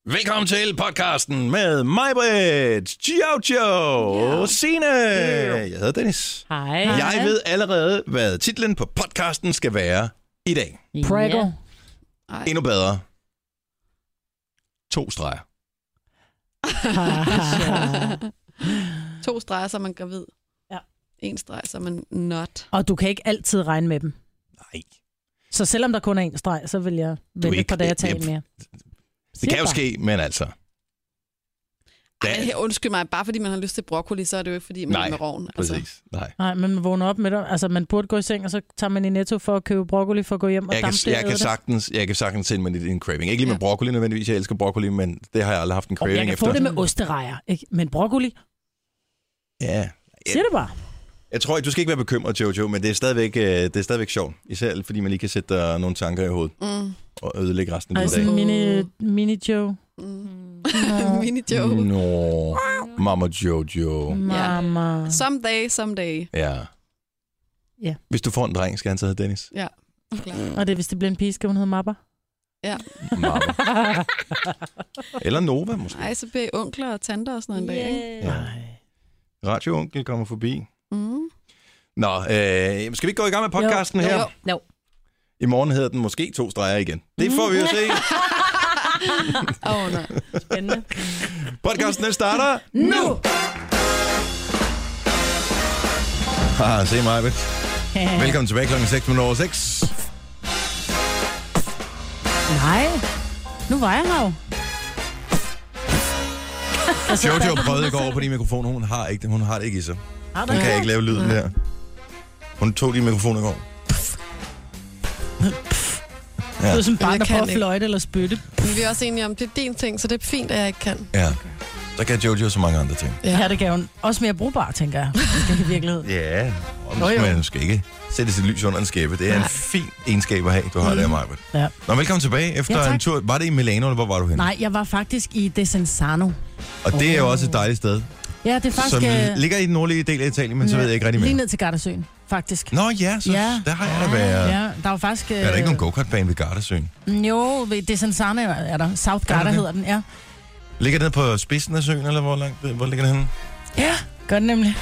Velkommen til podcasten med mig, Britt, Jojo, Signe. Jeg hedder Dennis. Hej. Jeg ved allerede, hvad titlen på podcasten skal være i dag. Prego. Endnu bedre. 2 streger. 2 streger, så er man gravid. Ja. 1 streg, så er man not. Og du kan ikke altid regne med dem. Nej. Så selvom der kun er 1 streg, så vil jeg vente på det, jeg tager mere. Det kan jo ske, men altså... Ej, undskyld mig, bare fordi man har lyst til broccoli, så er det jo ikke fordi, man er med roven. Præcis. Altså. Nej, men man vågner op med det. Altså, man burde gå i seng, og så tager man i Netto for at købe broccoli, for at gå hjem og dampe det. Jeg kan sagtens sende mig en craving. Ikke lige med broccoli nødvendigvis, jeg elsker broccoli, men det har jeg aldrig haft en craving efter. Jeg kan få det med osterejer, ikke? Men broccoli? Ja. Siger det bare. Jeg tror ikke, du skal ikke være bekymret, Jojo, men det er stadigvæk sjovt. Især fordi man lige kan sætte der nogle tanker i hovedet og ødelægge resten af dagen. Mini-Joe. Mini-Joe. Nå, Mama Jojo. Mama. Someday. Ja. Hvis du får en dreng, skal han så hedde Dennis? Ja, klar. Og hvis det bliver en pige, skal hun hedde Mappa? Ja. Mama. Eller Nova, måske. Nej, så bliver I onkler og tanter og sådan noget en dag, ikke? Ja. Radioonkel kommer forbi. Mm. Nå, skal vi ikke gå i gang med podcasten her? Jo. I morgen hedder den måske 2 streger igen. Det får vi jo se. Nej. Spændende. Podcasten den starter nu! Se mig, Britt. Velkommen tilbage klokken 6:06. Nej, nu var jeg her jo. Jojo prøvede i går på din mikrofon. Hun har det ikke i sig. Hun kan ikke lave lyden der. Hun tog din mikrofon i går. Ja. Du er som barn, der prøver at ikke. fløjte eller spytte. Men vi er også enige om, det er din ting, så det er fint, at jeg ikke kan. Ja. Så kan Jojo så mange andre ting. Ja, det kan hun. Også mere brugbar, tænker jeg. Det i virkeligheden. Ja, man skal ikke sætte sit lys under en skæbe. Det er en fin egenskab at have, du har der, Majbert. Ja. Nå, velkommen tilbage efter en tur. Var det i Milano, eller hvor var du henne? Nej, jeg var faktisk i Desenzano. Og det er jo også et dejligt sted. Ja, det er faktisk... Som ligger i den nordlige del af Italien, men så ved jeg ikke rigtig mere. Lige ned til Gardasøen, faktisk. Nå ja, så der har jeg da været. Ja, der var faktisk... Er der ikke nogen go-kart-bane ved Gardasøen? Jo, ved Desenzano er der. South Garda hedder den, ja. Ligger den på spidsen af søen, eller hvor ligger den henne? Ja, gør den nemlig.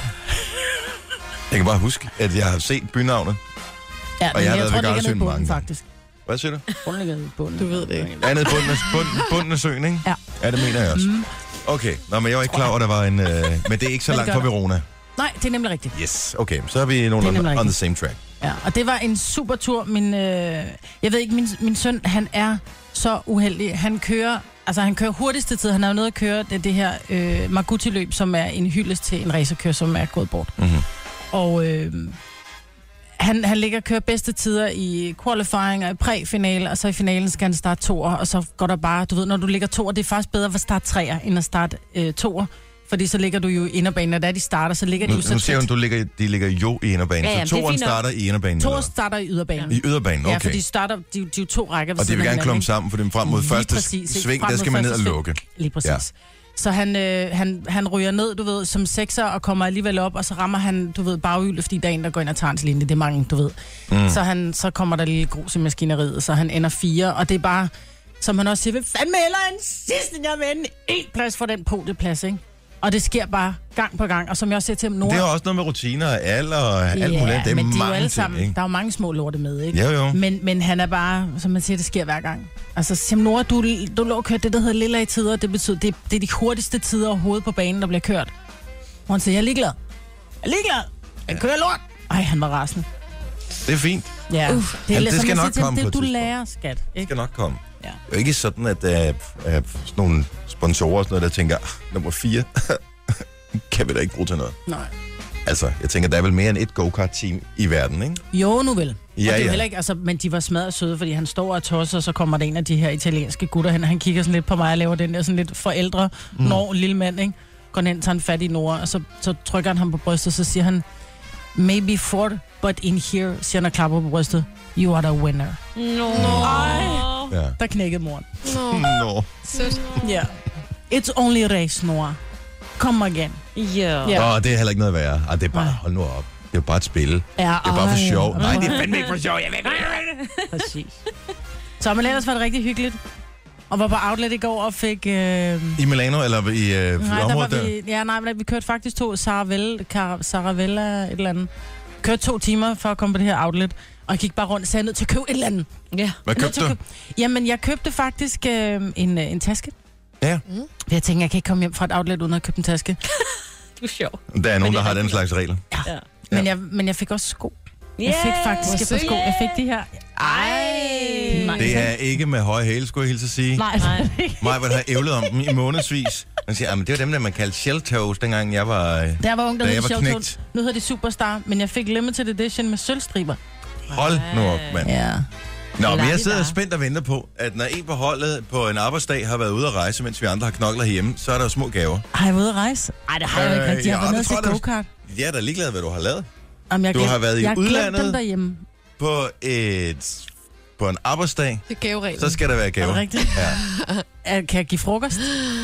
Jeg kan bare huske, at jeg har set bynavnet. Ja, og jeg har jeg været tror, ved det ligger nede i Gardasøen bunden, faktisk. Hvad siger du? Den ligger nede i bunden. Du ved det ikke. Er nede bunden af søen, ikke? Ja. Ja, det mener jeg også. Okay, nå, men jeg var ikke klar over, at der var en... men det er ikke så langt fra Verona. Nej, det er nemlig rigtigt. Yes, okay, så er vi nogen on the same track. Ja, og det var en super tur. Jeg ved ikke, min søn, han er så uheldig. Han kører hurtigste tid. Han er jo nede at køre det her Margutti-løb, som er en hyldest til en racerkører, som er gået bort. Mm-hmm. Og han ligger og kører bedste tider i qualifying og i præfinale, og så i finalen skal han starte 2'er, og så går der bare, du ved, når du ligger 2'er, det er faktisk bedre at starte 3'er, end at starte 2'er. Fordi så ligger du jo i inderbanen, og da de starter, så ligger de jo så... Nu siger hun, de ligger jo i inderbanen, ja, så 2'eren starter i inderbanen? 2'er starter i yderbanen. I yderbanen, okay. Ja, for de starter, de er jo 2 rækker. Og de vil gerne klumpe sammen, for dem frem mod første sving, der skal man ned og lukke. Lige præcis. Ja. Så han ryger ned, du ved, som 6'er, og kommer alligevel op, og så rammer han, du ved, baghjulet, fordi der er en, der går ind og tager hans linje. Det er mange, du ved. Så kommer der lille grus i maskineriet, så han ender 4, og det er bare, som han også siger, hvad fanden heller en sidste, jeg vil ende 1 plads for den podieplads, ikke? Og det sker bare gang på gang, og som jeg også siger til ham, det er også noget med rutiner og alder og alt muligt. Det er men de mange er jo alle ting, sammen, ikke? der er jo mange små lorte med, ikke? Jo. Men han er bare, som man siger, det sker hver gang. Altså, Sim Nora, du lå at køre det, der hedder lilla i tider. Det betyder, det er de hurtigste tider overhovedet på banen, der bliver kørt. Og han siger, jeg er ligeglad. Jeg kører lort. Ej, han var rasende. Det er fint. Ja, det skal nok komme på et du tidspunkt. lærer, skat. Ikke? Det skal nok komme. Ja. Det er jo ikke sådan, at der er sådan nogle sponsorer og sådan noget, der tænker, nummer 4 kan vi da ikke bruge til noget. Nej. Altså, jeg tænker, der er vel mere end et go-kart-team i verden, ikke? Jo, nu vel. Ja, og det er heller ikke, altså, men de var smadret søde, fordi han står og tosser, og så kommer der en af de her italienske gutter hen, og han kigger sådan lidt på mig og laver den der sådan lidt forældre, lille mand, ikke? Går hen, tager en fat i Nora, og så trykker han ham på brystet, og så siger han, maybe fourth, but in here, siger han og klapper på brystet, you are the winner. No. Ja. Der knækkede moren. Nå. Sødt. Ja. It's only race, Nora. Come again. Yeah. Det er heller ikke noget værre. Det er bare, hold nu op. Det er jo bare et spil. Ja, det er bare for sjov. Nej, det er fandme ikke for sjov. Jeg ved. Præcis. Så men ellers var det rigtig hyggeligt. Og var på outlet i går og fik... I Milano, eller i området der? Vi kørte faktisk Saravella, et eller andet. Kørte 2 timer for at komme på det her outlet. Og jeg gik bare rundt og sagde, nødt til at købe et eller andet. Ja. Hvad købte du? Jamen, jeg købte faktisk en taske. Ja. Jeg tænkte, jeg kan ikke komme hjem fra et outlet uden at købe en taske. Du er sjov. Der er nogen, der har den slags regler. Ja. Men jeg fik også sko. Jeg fik faktisk et par sko. Jeg fik de her. Ej. Det er ikke med høje hæle, skulle jeg hilse at sige. Nej. Mig har ævlet om dem i månedsvis. Man siger, men det var dem, der man kaldte shell toes, dengang jeg var Da jeg var ung, der hed knægt. Shell. Nu hedder det Superstar, men jeg fik limited edition med sølvstriber. Hold nu op, mand. Ja. Nå, men jeg sidder spændt og venter på, at når en på holdet på en arbejdsdag har været ude at rejse, mens vi andre har knokler hjemme, så er der jo små gaver. Har jeg været ude at rejse? Nej, det har jeg ikke rigtig. Jeg har været nede til go-kart. Jeg er da ligeglad, hvad du har lavet. Du har været i udlandet dem derhjemme. På en arbejdsdag. Det er gavereglen. Så skal der være gaver. Er det rigtigt? Ja. Kan jeg give frokost?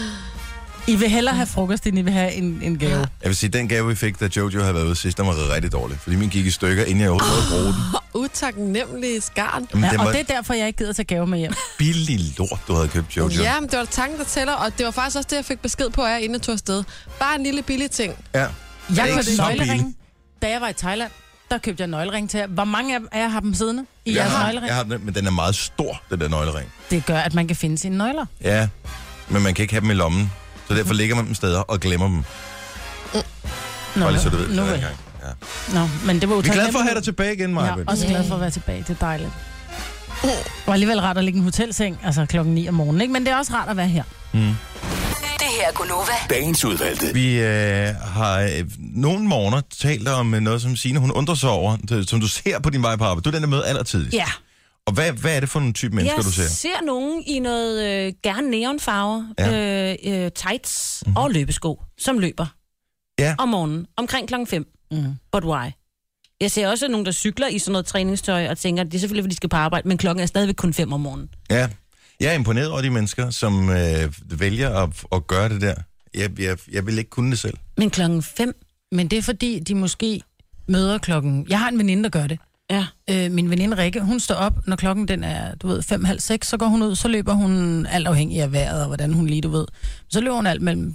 I vil hellere have frokost, end I vil have en gave. Jeg vil sige, den gave, vi fik, da Jojo havde været ude sidst, den var rigtig dårlig. Fordi min gik i stykker, inden jeg overhovedet bruge den. Utaknemmelig skarn. Ja, og det er derfor, jeg ikke gider tage gave med hjem. Billig lort, du havde købt, Jojo. Ja, men det var tanken, der tæller, og det var faktisk også det, jeg fik besked på, at jeg inden jeg tog afsted. Bare en lille billig ting. Ja. Jeg købte nøglering. Da jeg var i Thailand, der købte jeg nøglering til jer. Hvor mange af jer har dem siddende i jeres nøglering? Jeg har den, men den er meget stor, den der nøglering. Det gør, at man kan finde sine nøgler. Ja, men man kan ikke have dem i lommen. Så derfor lægger man dem steder og glemmer dem. Bare lige så du ved. Nu Ja. Nå, men det var Vi er glade for at have dig tilbage igen, Maja. Ja, også glad for at være tilbage. Det er dejligt. Og alligevel rart at ligge i en hotelseng, altså 9:00 om morgenen, ikke? Men det er også rart at være her. Det her er Gunova. Dagens udvalgte. Vi har nogle morgener talt om noget, som Signe, hun undrer sig over, som du ser på din vej på arbejde. Du er den, der møder allertidligst. Ja. Og hvad er det for en type mennesker, du ser? Jeg ser nogen i noget gerne neonfarver, tights og løbesko, som løber om morgenen omkring 5:00. But why? Jeg ser også nogen, der cykler i sådan noget træningstøj og tænker, at det er selvfølgelig, fordi de skal på arbejde, men klokken er stadigvæk kun 5 om morgenen. Ja, jeg er imponeret over de mennesker, som vælger at gøre det der. Jeg vil ikke kunne det selv. Men klokken 5? Men det er fordi, de måske møder klokken... Jeg har en veninde, der gør det. Ja. Min veninde Rikke, hun står op, når klokken den er, 5:30, så går hun ud, så løber hun alt afhængig af vejret, og hvordan hun lige, Så løber hun alt mellem,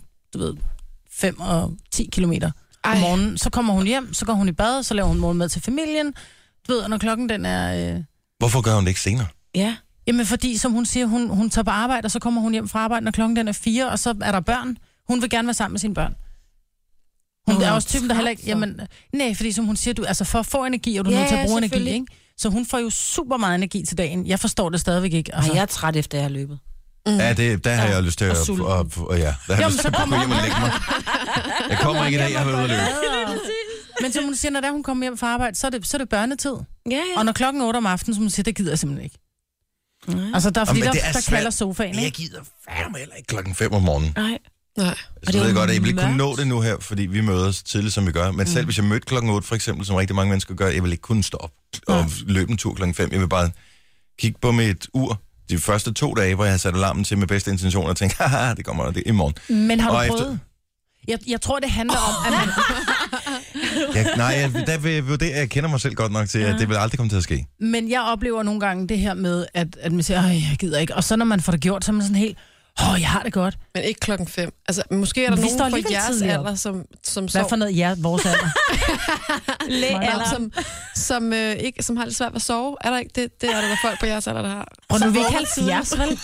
5 og 10 kilometer om morgenen. Så kommer hun hjem, så går hun i bad, så laver hun morgenmad til familien. Og når klokken den er... Hvorfor gør hun det ikke senere? Ja. Jamen fordi, som hun siger, hun tager på arbejde, og så kommer hun hjem fra arbejde, når klokken den er 4, og så er der børn. Hun vil gerne være sammen med sine børn. Hun er også typen, der heller ikke... Jamen, nej, fordi som hun siger, altså for at få energi, og du er nødt til at bruge energi, ikke? Så hun får jo super meget energi til dagen. Jeg forstår det stadigvæk ikke. Altså. Jeg er træt efter, jeg har løbet. Ja, der har jeg lyst til at... komme hjem og lægge mig. Jeg kommer ikke i dag, jeg har været ude at løbe. Men som hun siger, når hun kommer hjem fra arbejde, så er det børnetid. Ja. Og når klokken 8 om aftenen, som hun siger, det gider jeg simpelthen ikke. Altså, der kalder sofaen, ikke? Jeg gider fandme heller ikke klokken 5 om morgenen. Nej. Så ved jeg godt, at jeg vil ikke kunne nå det nu her, fordi vi møder os tidligt, som vi gør. Men selv hvis jeg mødte klokken 8, for eksempel, som rigtig mange mennesker gør, jeg vil ikke kunne stå op og løbe en tur klokken 5. Jeg vil bare kigge på mit ur de første 2 dage, hvor jeg har sat alarmen til med bedste intention og tænke, haha, det kommer det i morgen. Men har du prøvet? Jeg tror, det handler om, at man... jeg kender mig selv godt nok til, at det vil aldrig komme til at ske. Men jeg oplever nogle gange det her med, at man siger, jeg gider ikke. Og så når man får det gjort, så er man sådan helt, jeg har det godt. Men ikke klokken 5. Altså, måske er der nogen fra jeres alder, som hvad for noget vores alder? som har lidt svært ved at sove. Er der ikke det? Det er der folk på jeres alder, der har. Og du vil ikke 70, vel?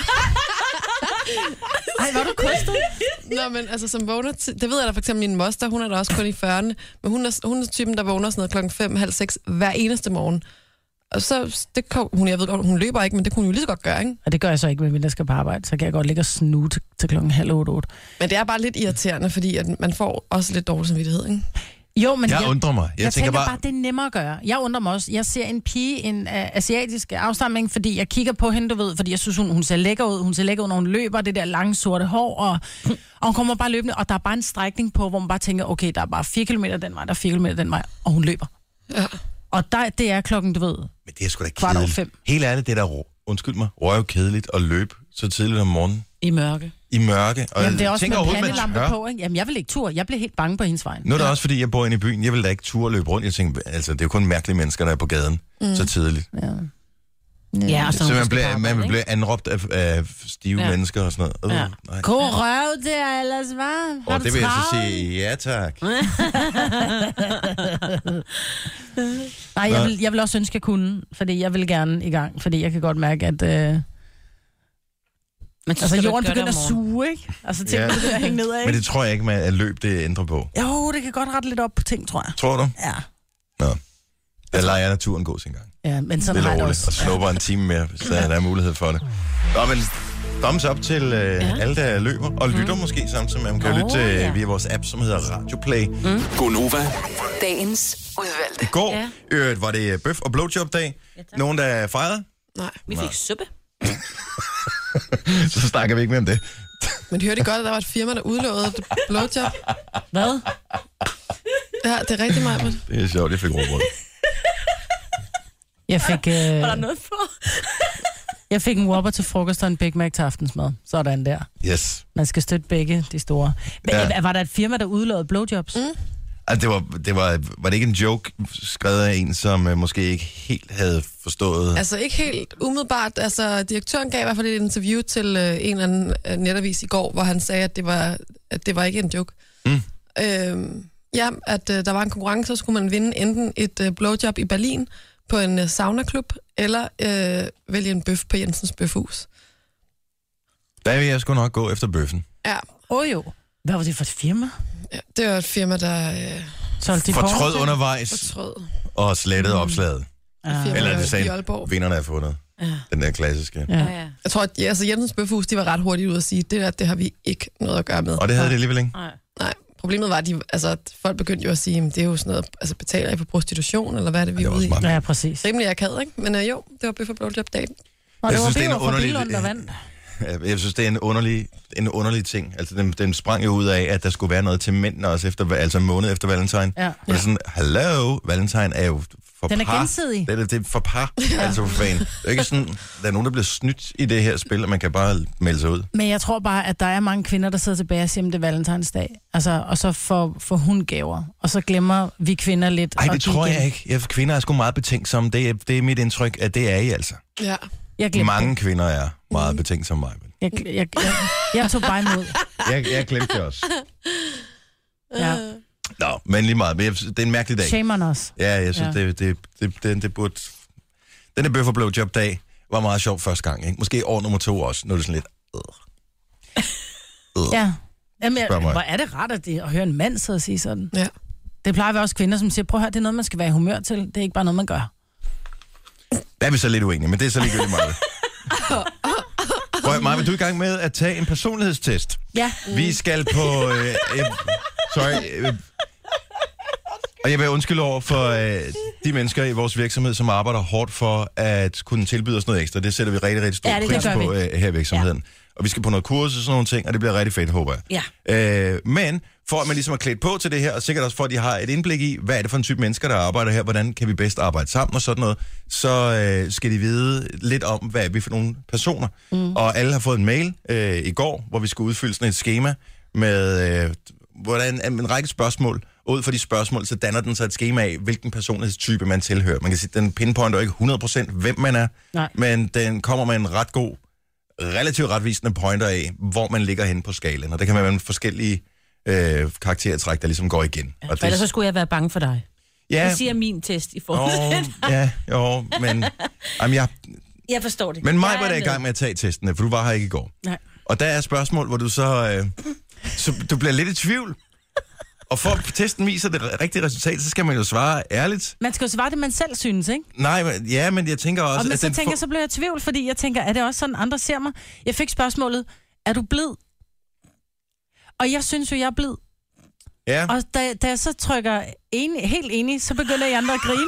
Ej, var du kostet? Nå, men altså, som vågner til... Det ved jeg da for eksempel, min moster, hun er da også kun i 40'erne. Men hun er typen, der vågner sådan noget klokken 5, halv 6 hver eneste morgen. Og så, jeg ved godt, hun løber ikke, men det kunne hun jo lige så godt gøre, ikke? Og det gør jeg så ikke, men jeg skal på arbejde. Så kan jeg godt ligge og snue til klokken 7:30. Men det er bare lidt irriterende, fordi at man får også lidt dårlig samvittighed, ikke? Jo, men jeg undrer mig. Jeg tænker bare, det er nemmere at gøre. Jeg undrer mig også. Jeg ser en pige, en asiatisk afstamning, fordi jeg kigger på hende, fordi jeg synes, hun ser lækker ud. Hun ser lækker ud, når hun løber, det der lange sorte hår, og hun kommer bare løbende, og der er bare en strækning på, hvor man bare tænker, okay, der er bare 4 kilometer den vej, der er 4 kilometer den vej, og hun løber. Ja. Og det er klokken, Men det er sgu da kedeligt. Helt ærligt, det er da, undskyld mig, røvkedeligt at løbe så tidligt om morgenen. I mørke. Og jamen, det er også med pandelampe på, ikke? Jamen, jeg vil ikke ture. Jeg bliver helt bange på hendes vej. Nu er det også, fordi jeg bor inde i byen. Jeg vil da ikke ture og løbe rundt. Jeg tænker, altså, det er jo kun mærkelige mennesker, der er på gaden så tidligt. Ja. Ja, og så man bliver anråbt af stive mennesker og sådan noget. Nej. God røv, det er ellers varmt. Og det vil jeg så sige, ja tak. Nej, jeg vil også ønske, at jeg kunne, fordi jeg vil gerne i gang, fordi jeg kan godt mærke, at altså jorden begynder at suge, ikke? Altså ting begynder at hænge nedad, ikke? Men det tror jeg ikke, at løb det ændrer på. Jo, det kan godt rette lidt op på ting, tror jeg. Tror du? Ja. Nå. Jeg leger naturen gå sin gang. Ja, men sådan det har jeg også. Og snupper en time mere, hvis der er mulighed for det. Nå, men thumbs up til alle, der løber, og lytter måske samtidig. Man kan lytte via vores app, som hedder Radioplay. Gonova. Dagens udvalgte. I går var det bøf- og blowjob-dag. Nogen, der fejrede? Nej. Vi fik suppe. Så snakker vi ikke mere om det. Men hørte I godt, at der var et firma, der udlovede blowjob? Hvad? Ja, det er rigtig meget. Det er sjovt, jeg fik råbrød. Jeg fik... Var der noget for? Jeg fik en Whopper til frokost og en Big Mac til aftensmad. Sådan der. Yes. Man skal støtte begge, de store. Var der et firma, der udlovede blowjobs? Altså, var det ikke en joke skrevet af en, som måske ikke helt havde forstået? Altså ikke helt umiddelbart. Altså direktøren gav i hvert fald et interview til en eller anden netavis i går, hvor han sagde, at det var ikke en joke. At der var en konkurrence, så skulle man vinde enten et blowjob i Berlin på en saunaklub, eller vælge en bøf på Jensens Bøfhus. Der vil jeg sgu nok gå efter bøffen. Ja. Jo. Hvad var det for et firma? Ja, det var et firma, der fortrød undervejs og slettede opslaget. Eller det sagde, vinderne er fundet. Den der klassiske. Ja. Jeg tror, at Jensens Bøfhus, de var ret hurtigt ud at sige, det har vi ikke noget at gøre med. Og det havde det alligevel ikke? Nej. Problemet var, at folk begyndte jo at sige, at det er jo sådan noget, altså betaler I for prostitution, eller hvad er det, vi er ude i? Ja, præcis. Rimelig akavet, ikke? Men jo, det var bøf- og blowjob-dagen. Jeg synes, det er en underlig... Jeg synes, det er en underlig ting. Altså, den sprang jo ud af, at der skulle være noget til mændene også efter, en måned efter Valentine. Ja. Og det er sådan, hello, Valentine er jo for den er par. gensidig. Det er for par, altså for fan. Det er ikke sådan, der er nogen, der bliver snydt i det her spil, og man kan bare melde sig ud. Men jeg tror bare, at der er mange kvinder, der sidder tilbage og siger, det er Valentinsdag. Altså, og så får hun gaver. Og så glemmer vi kvinder lidt. Ej, det tror jeg ikke. Kvinder er sgu meget betænksomme. Det er mit indtryk, at det er I altså. Ja. Mange kvinder er meget betænksomme mig. Jeg tog bare imod. Jeg glemte det også. Ja. Nå, men lige meget. Det er en mærkelig dag. Shame on us. Ja, jeg synes, det burde... Den der bøf- og blowjob-dag var meget sjov første gang, ikke? Måske år nummer 2 også. Nu er det sådan lidt... Ja. Jamen, hvor er det ret at høre en mand sidde og sige sådan? Ja. Det plejer vi også kvinder, som siger, prøv at høre, det er noget, man skal være i humør til. Det er ikke bare noget, man gør. Der er vi så lidt uenige, men det er så ligegyldigt meget. Maja, vil du i gang med at tage en personlighedstest? Ja. Vi skal på... Og jeg vil undskylde over for de mennesker i vores virksomhed, som arbejder hårdt for at kunne tilbyde os noget ekstra. Det sætter vi rigtig, rigtig stor pris på her i virksomheden. Ja. Og vi skal på noget kurs og sådan nogle ting, og det bliver rigtig fedt, håber jeg. Ja. Men for at man ligesom er klædt på til det her, og sikkert også for, at de har et indblik i, hvad er det for en type mennesker, der arbejder her, hvordan kan vi bedst arbejde sammen og sådan noget, så skal de vide lidt om, hvad er vi for nogle personer. Og alle har fået en mail i går, hvor vi skulle udfylde sådan et schema med hvordan en række spørgsmål. Ud fra de spørgsmål, så danner den sig et schema af, hvilken personlighedstype man tilhører. Man kan sige, at den pinpointer ikke 100% hvem man er, men den kommer med en ret god, relativt retvisende pointer af, hvor man ligger henne på skalaen. Og det kan være forskellige karaktertræk, der ligesom går igen. Ja, og ellers så skulle jeg være bange for dig. Ja. Det siger min test i forhold til men... Jeg forstår det. Men mig var der i gang med at tage testene, for du var her ikke i går. Nej. Og der er spørgsmål, hvor du så du bliver lidt i tvivl. Og for at testen viser det rigtige resultat, så skal man jo svare ærligt. Man skal jo svare det, man selv synes, ikke? Nej, men jeg tænker også... Og så bliver jeg i tvivl, fordi jeg tænker, er det også sådan, andre ser mig? Jeg fik spørgsmålet, er du blid? Og jeg synes jo, jeg er blid. Ja. Og da jeg så trykker helt enig, så begynder jeg andre at grine.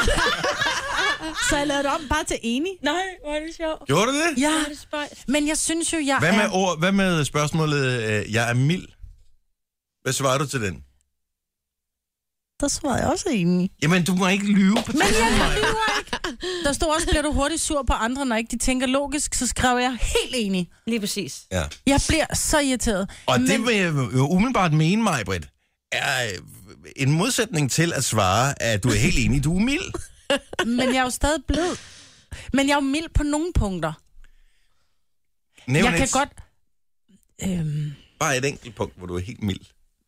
Så jeg lavede det om bare til enig. Nej, hvor er det sjovt. Gjorde du det? Ja, men jeg synes jo, jeg Hvad med spørgsmålet, jeg er mild? Hvad svarer du til den? Der svarede jeg også enig. Jamen, du må ikke lyve på testen. Men jeg lyver ikke. Der stod også, bliver du hurtigt sur på andre, når ikke de tænker logisk, så skrev jeg helt enig. Lige præcis. Ja. Jeg bliver så irriteret. Og det vil jeg jo umiddelbart mene, Maj-Britt, er en modsætning til at svare, at du er helt enig, du er mild. Men jeg er jo stadig blid. men jeg er jo mild på nogle punkter. Nævn Jeg kan godt... Bare et enkelt punkt, hvor du er helt mild.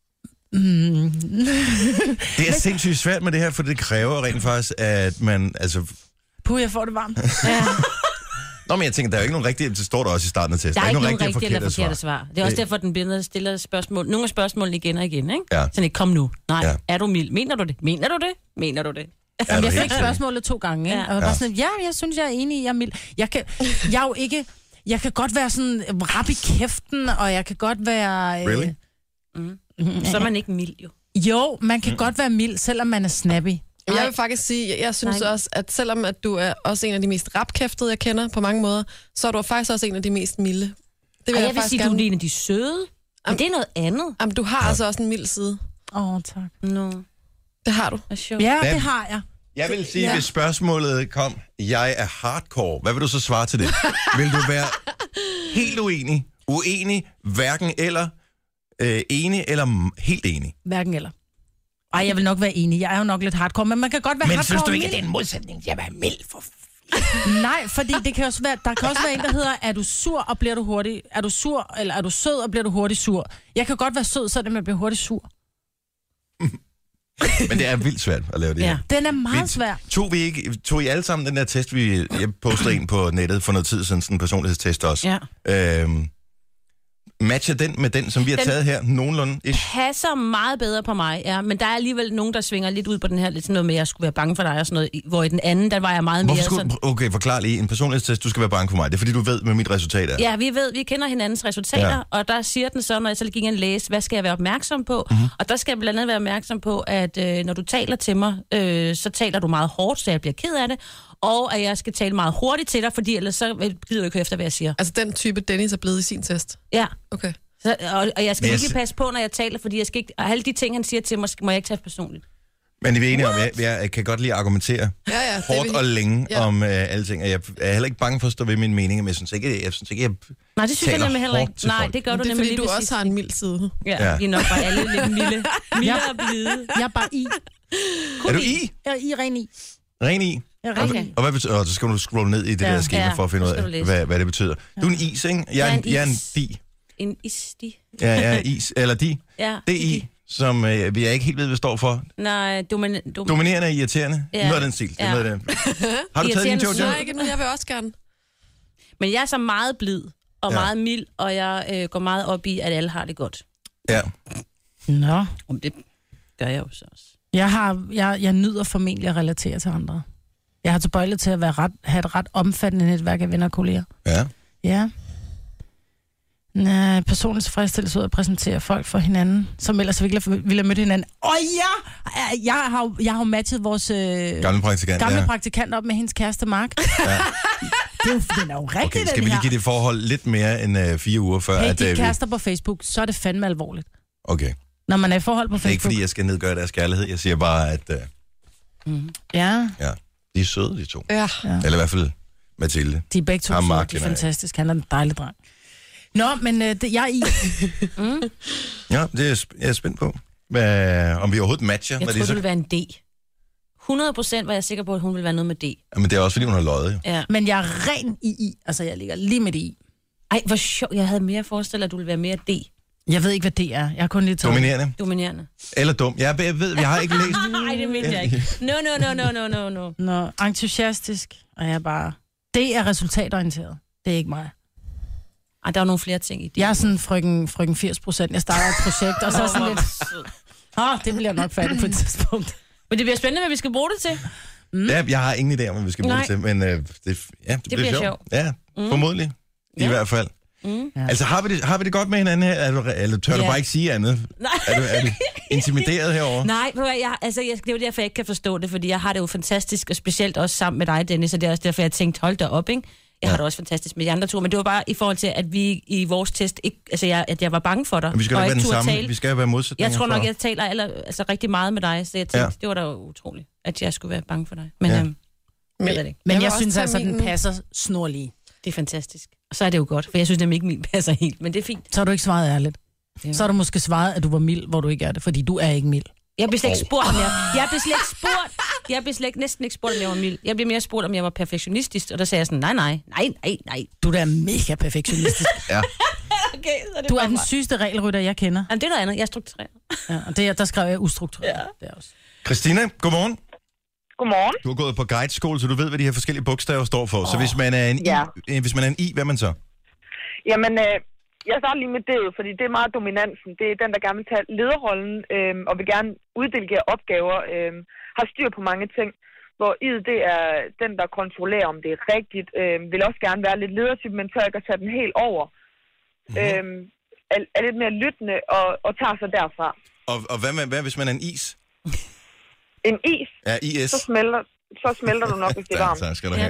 Det er sindssygt svært med det her, for det kræver rent faktisk, at man... Altså... Jeg får det varmt. Ja. Nå, men jeg tænker, der er jo ikke nogen rigtige... Det står der også i starten af testen. Der er ikke nogen rigtige rigtige eller forkerte svar. Det er også derfor, den stiller spørgsmål. Nogle af spørgsmålene igen og igen, ikke? Ja. Sådan ikke, kom nu. Nej, Ja. Er du mild? Mener du det? Mener du det? Mener du det? Jeg helt fik sikkert. spørgsmålet 2 gange, ikke? Ja. Og jeg var sådan, jeg synes, jeg er enig i, jeg er mild. Jeg er jo ikke... Jeg kan godt være sådan rap i kæften, og jeg kan godt være... Really? Så er man ikke mild, jo. Jo, man kan godt være mild, selvom man er snappy. Jeg vil faktisk sige, jeg synes også, at selvom at du er også en af de mest rapkæftede, jeg kender på mange måder, så er du faktisk også en af de mest milde. Det Jeg vil faktisk sige, du er en af de søde. Men det er noget andet. Jamen, du har altså også en mild side. Tak. Nå, Det har du. hvad sjovt. Ja, Hvad? det har jeg. Jeg vil sige, hvis spørgsmålet kom, jeg er hardcore, hvad vil du så svare til det? Vil du være helt uenig, hverken eller, enig eller helt enig? Hverken eller. Jeg vil nok være enig. Jeg er jo nok lidt hardcore, men man kan godt være hardcore mild. en modsætning til at være mild for... Nej, fordi det kan også være, der kan også være en, der hedder, er du sur, og bliver du hurtigt... Er du sur, eller er du sød, og bliver du hurtigt sur? Jeg kan godt være sød, så det man bliver hurtigt sur. Men det er vildt svært at lave det her. Den er meget svær. Tog I alle sammen den der test, jeg postede ind på nettet for noget tid siden, sådan en personlighedstest også? Ja. Matcher den med den, som vi har taget her, nogenlunde? Passer meget bedre på mig, ja. Men der er alligevel nogen, der svinger lidt ud på den her, lidt sådan noget med, at jeg skulle være bange for dig og sådan noget. Hvor i den anden, der var jeg meget mere sådan... Okay, forklar lige. En personlighedstest, du skal være bange for mig. Det er fordi, du ved, hvad mit resultat er. Ja, vi kender hinandens resultater, og der siger den så, når jeg så gik ind og læse, hvad skal jeg være opmærksom på? Og der skal jeg blandt andet være opmærksom på, at når du taler til mig, så taler du meget hårdt, så jeg bliver ked af det. Og at jeg skal tale meget hurtigt til dig, fordi ellers så gider du ikke efter, hvad jeg siger. Altså den type Dennis er blevet i sin test? Ja. Okay. Så, og jeg skal ikke passe på, når jeg taler, fordi jeg skal ikke, og alle de ting, han siger til mig, må jeg ikke tage personligt. Men I er enige om, jeg kan godt lide at argumentere hårdt og længe om alle ting. Og jeg er heller ikke bange for at stå ved mine meninger, men jeg synes ikke, jeg Nej, det synes jeg nemlig heller ikke. Nej, det gør du det er nemlig fordi, lige du også har en mild side. Ja, vi er nok bare alle lidt milde og blide. Jeg er bare i. Er du i? Jeg er i, ren i. Ren i? Okay. Og hvad betyder, så skal du scrolle ned i det der skema for at finde ud af, hvad det betyder. Du er en is, ikke? Jeg er en di. En isdi. Ja, is, eller di. Ja. DI, som vi ikke helt ved, hvad står for. Nej, Dominerende og irriterende. Ja. Noget af den stil. Ja. Noget af det. Har du taget din Jojo? Nej, ikke nu. Jeg vil også gerne. Men jeg er så meget blid og meget mild, og jeg går meget op i, at alle har det godt. Ja. Nå. Det gør jeg jo så også. Jeg nyder formentlig at relatere til andre. Jeg har tilbøjeligt til at have et ret omfattende netværk af venner og kolleger. Ja. Ja. Personligt tilfredsstillelse ud at præsentere folk for hinanden, som ellers ville have mødt hinanden. Jeg har jo matchet vores gamle praktikant op med hendes kæreste Mark. Ja. Den er jo rigtig, okay, skal vi lige give det forhold lidt mere end 4 uger før? Hey, de kærester på Facebook, så er det fandme alvorligt. Okay. Når man er i forhold på Facebook. Det er ikke, fordi jeg skal nedgøre deres kærlighed. Jeg siger bare, at... Ja. Ja, de er søde, de to. Ja. Eller i hvert fald Mathilde. De er begge to søde, de er fantastiske. Han er en dejlig dreng. Nå, men jeg er i. Ja, det er jeg spændt på. Om vi overhovedet matcher. Jeg tror, det vil være en D. 100% var jeg sikker på, at hun ville være noget med D. Ja, men det er også, fordi hun har løjet. Jo. Ja. Men jeg er ren i. Altså, jeg ligger lige midt i. Ej, hvor sjovt. Jeg havde mere forestillet, at du ville være mere D. Jeg ved ikke, hvad det er. Jeg har kun lige taget... Dominerende. Eller dum. Jeg ved, jeg har ikke læst... Nej, det vil jeg ikke. No. Nå, entusiastisk. Og jeg er bare... Det er resultatorienteret. Det er ikke mig. Ej, der er nogle flere ting i det. Jeg er sådan frøken 80%. Jeg starter et projekt, og så er sådan lidt... det bliver nok færdigt på et tidspunkt. Men det bliver spændende, hvad vi skal bruge det til. Ja, jeg har ingen idé om, hvad vi skal bruge det til, men det bliver sjovt. Ja, formodentlig. I hvert fald. Altså, har vi det godt med hinanden her? Eller tør du bare ikke sige andet? Nej. Er du intimideret herover? Nej, det er jo derfor, jeg ikke kan forstå det, fordi jeg har det jo fantastisk, og specielt også sammen med dig, Dennis, og det er også derfor, jeg tænkte, hold da op, ikke? Jeg har det også fantastisk med de andre to, men det var bare i forhold til, at vi i vores test ikke, at jeg var bange for dig. Vi skal jo være den samme. Vi skal jo være modsætninger. Jeg tror nok, jeg taler rigtig meget med dig, så jeg tænkte, det var da utroligt, at jeg skulle være bange for dig. Men, men jeg synes altså, at den passer snorlig. Det er fantastisk. Og så er det jo godt, for jeg synes nemlig ikke, min passer helt, men det er fint. Så har du ikke svaret ærligt. Så har du måske svaret, at du var mild, hvor du ikke er det, fordi du er ikke mild. Jeg blev slet ikke spurgt, om jeg blev næsten ikke spurgt, om jeg var mild. Jeg blev mere spurgt, om jeg var perfektionistisk, og der sagde jeg sådan, nej. Du er da mega perfektionistisk. Ja. Okay, så det Du er den sygeste regelrytter, jeg kender. Jamen, det er noget andet. Jeg er struktureret. Ja, og det, der skrev jeg ustruktureret. Ja. Det er også. Christina, godmorgen. Godmorgen. Du har gået på guideskole, så du ved, hvad de her forskellige bogstaver står for. Så hvis man er en I, hvad er man så? Jamen, jeg starter lige med det, fordi det er meget dominansen. Det er den, der gerne vil tage lederrollen og vil gerne uddelegere opgaver, har styr på mange ting. Hvor I'et, det er den, der kontrollerer, om det er rigtigt, vil også gerne være lidt ledertype, men tør ikke at tage den helt over. Er lidt mere lyttende og tager sig derfra. Og hvad hvis man er en is? En is? Ja, IS. Så smelter du nok, hvis det er varmt. Tak skal du have.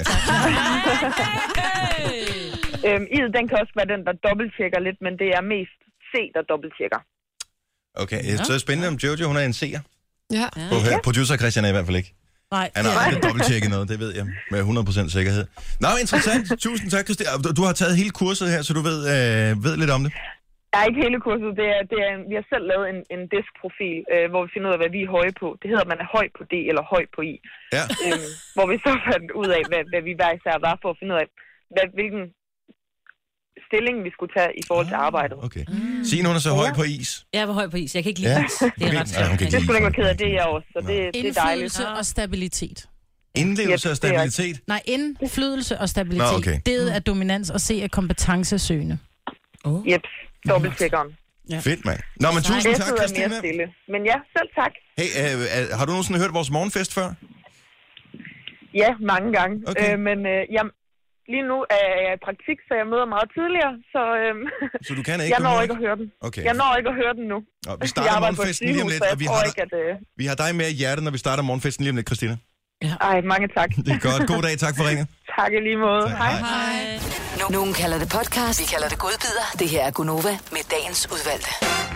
I'et, den kan også være den, der dobbelttjekker lidt, men det er mest C, der dobbelttjekker. Okay, så er det spændende, om Jojo, hun er en C'er. Ja. Producer Christian er i hvert fald ikke. Nej. Han har aldrig dobbelttjekket noget, det ved jeg med 100% sikkerhed. Nå, interessant. Tusind tak, Christina. Du har taget hele kurset her, så du ved lidt om det. Nej, ikke hele kurset. Vi har selv lavet en diskprofil, hvor vi finder ud af, hvad vi er høje på. Det hedder, at man er høj på D eller høj på I. Ja. Hvor vi så fandt ud af, hvad vi hver især var, for at finde ud af, hvilken stilling vi skulle tage i forhold til arbejdet. Okay. Signe, hun er så høj på is. Jeg var høj på is. Jeg kan ikke lide is. Det er ret svært. Det skulle ikke være ked af, det er jeg også. Så det er dejligt. Indflydelse og stabilitet. Indlevelse og stabilitet? Nej, indflydelse og stabilitet. Nå, okay. Det er dominans og C er kompetencesøgende. Jeps, dobbelttjekkeren. Ja. Fedt, mand. Nå, men tusind tak, Christina. Men ja, selv tak. Hey, har du nogensinde hørt vores morgenfest før? Ja, mange gange. Okay. Men lige nu er jeg i praktik, så jeg møder meget tidligere, så du kan ikke? Jeg når ikke at høre den. Okay. Jeg når ikke at høre den nu. Nå, vi starter morgenfesten lige om lidt, og vi har dig med i hjertet, når vi starter morgenfesten lige om lidt, Christina. Ja. Ej, mange tak. Det er godt. God dag. Tak for ringet. Tak i lige måde. Tak. Hej. Nogen kalder det podcast, vi kalder det godbider. Det her er Gunova med dagens udvalgte.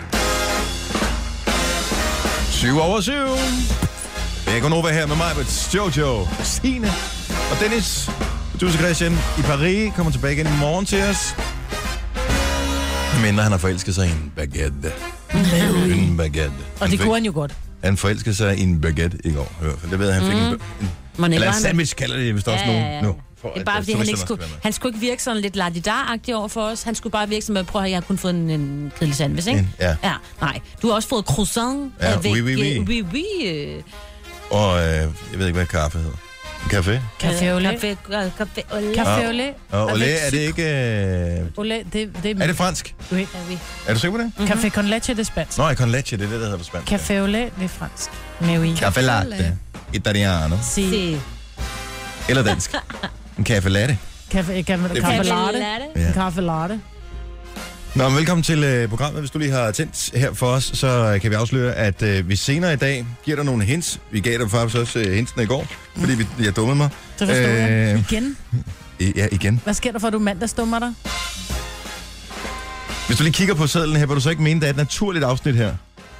7:07. Det er Gunova her med mig, Jojo, Signe og Dennis. Du er Christian i Paris. Kommer tilbage igen i morgen til os. Men han har forelsket sig i en baguette. En baguette. Og det kunne han jo godt. Han forelskede sig i en baguette i går. Det ved jeg, han fik en... Eller en sandwich kalder det vist også nu. Det er bare, fordi han skulle ikke virke sådan lidt ladidar-agtig over for os. Han skulle bare virke som, at jeg har kun fået en kedelig sandwich, ikke? Ja. Nej, du har også fået croissant. Ja, oui. Og jeg ved ikke, hvad kaffe hedder. Café? Café au lait. Café au lait. Og au lait, er det ikke... Au lait, det er det fransk? Oui. Er du sikker på det? Café con leche, det er spansk. Nå, con leche, det er det, der hedder på spansk. Café au lait, det er fransk. Mais oui. Café latte. Italiano. Si. Eller dansk. En café latte. Café latte. Café latte. Nå, men velkommen til programmet. Hvis du lige har tændt her for os, så kan vi afsløre, at vi senere i dag giver dig nogle hints. Vi gav dig faktisk også hintsene i går, fordi jeg dummede mig. Det forstår jeg. Igen? Ja, igen. Hvad sker der for, at du mandagsdummer dig? Hvis du lige kigger på sedlen her, vil du så ikke mene, at der er et naturligt afsnit her?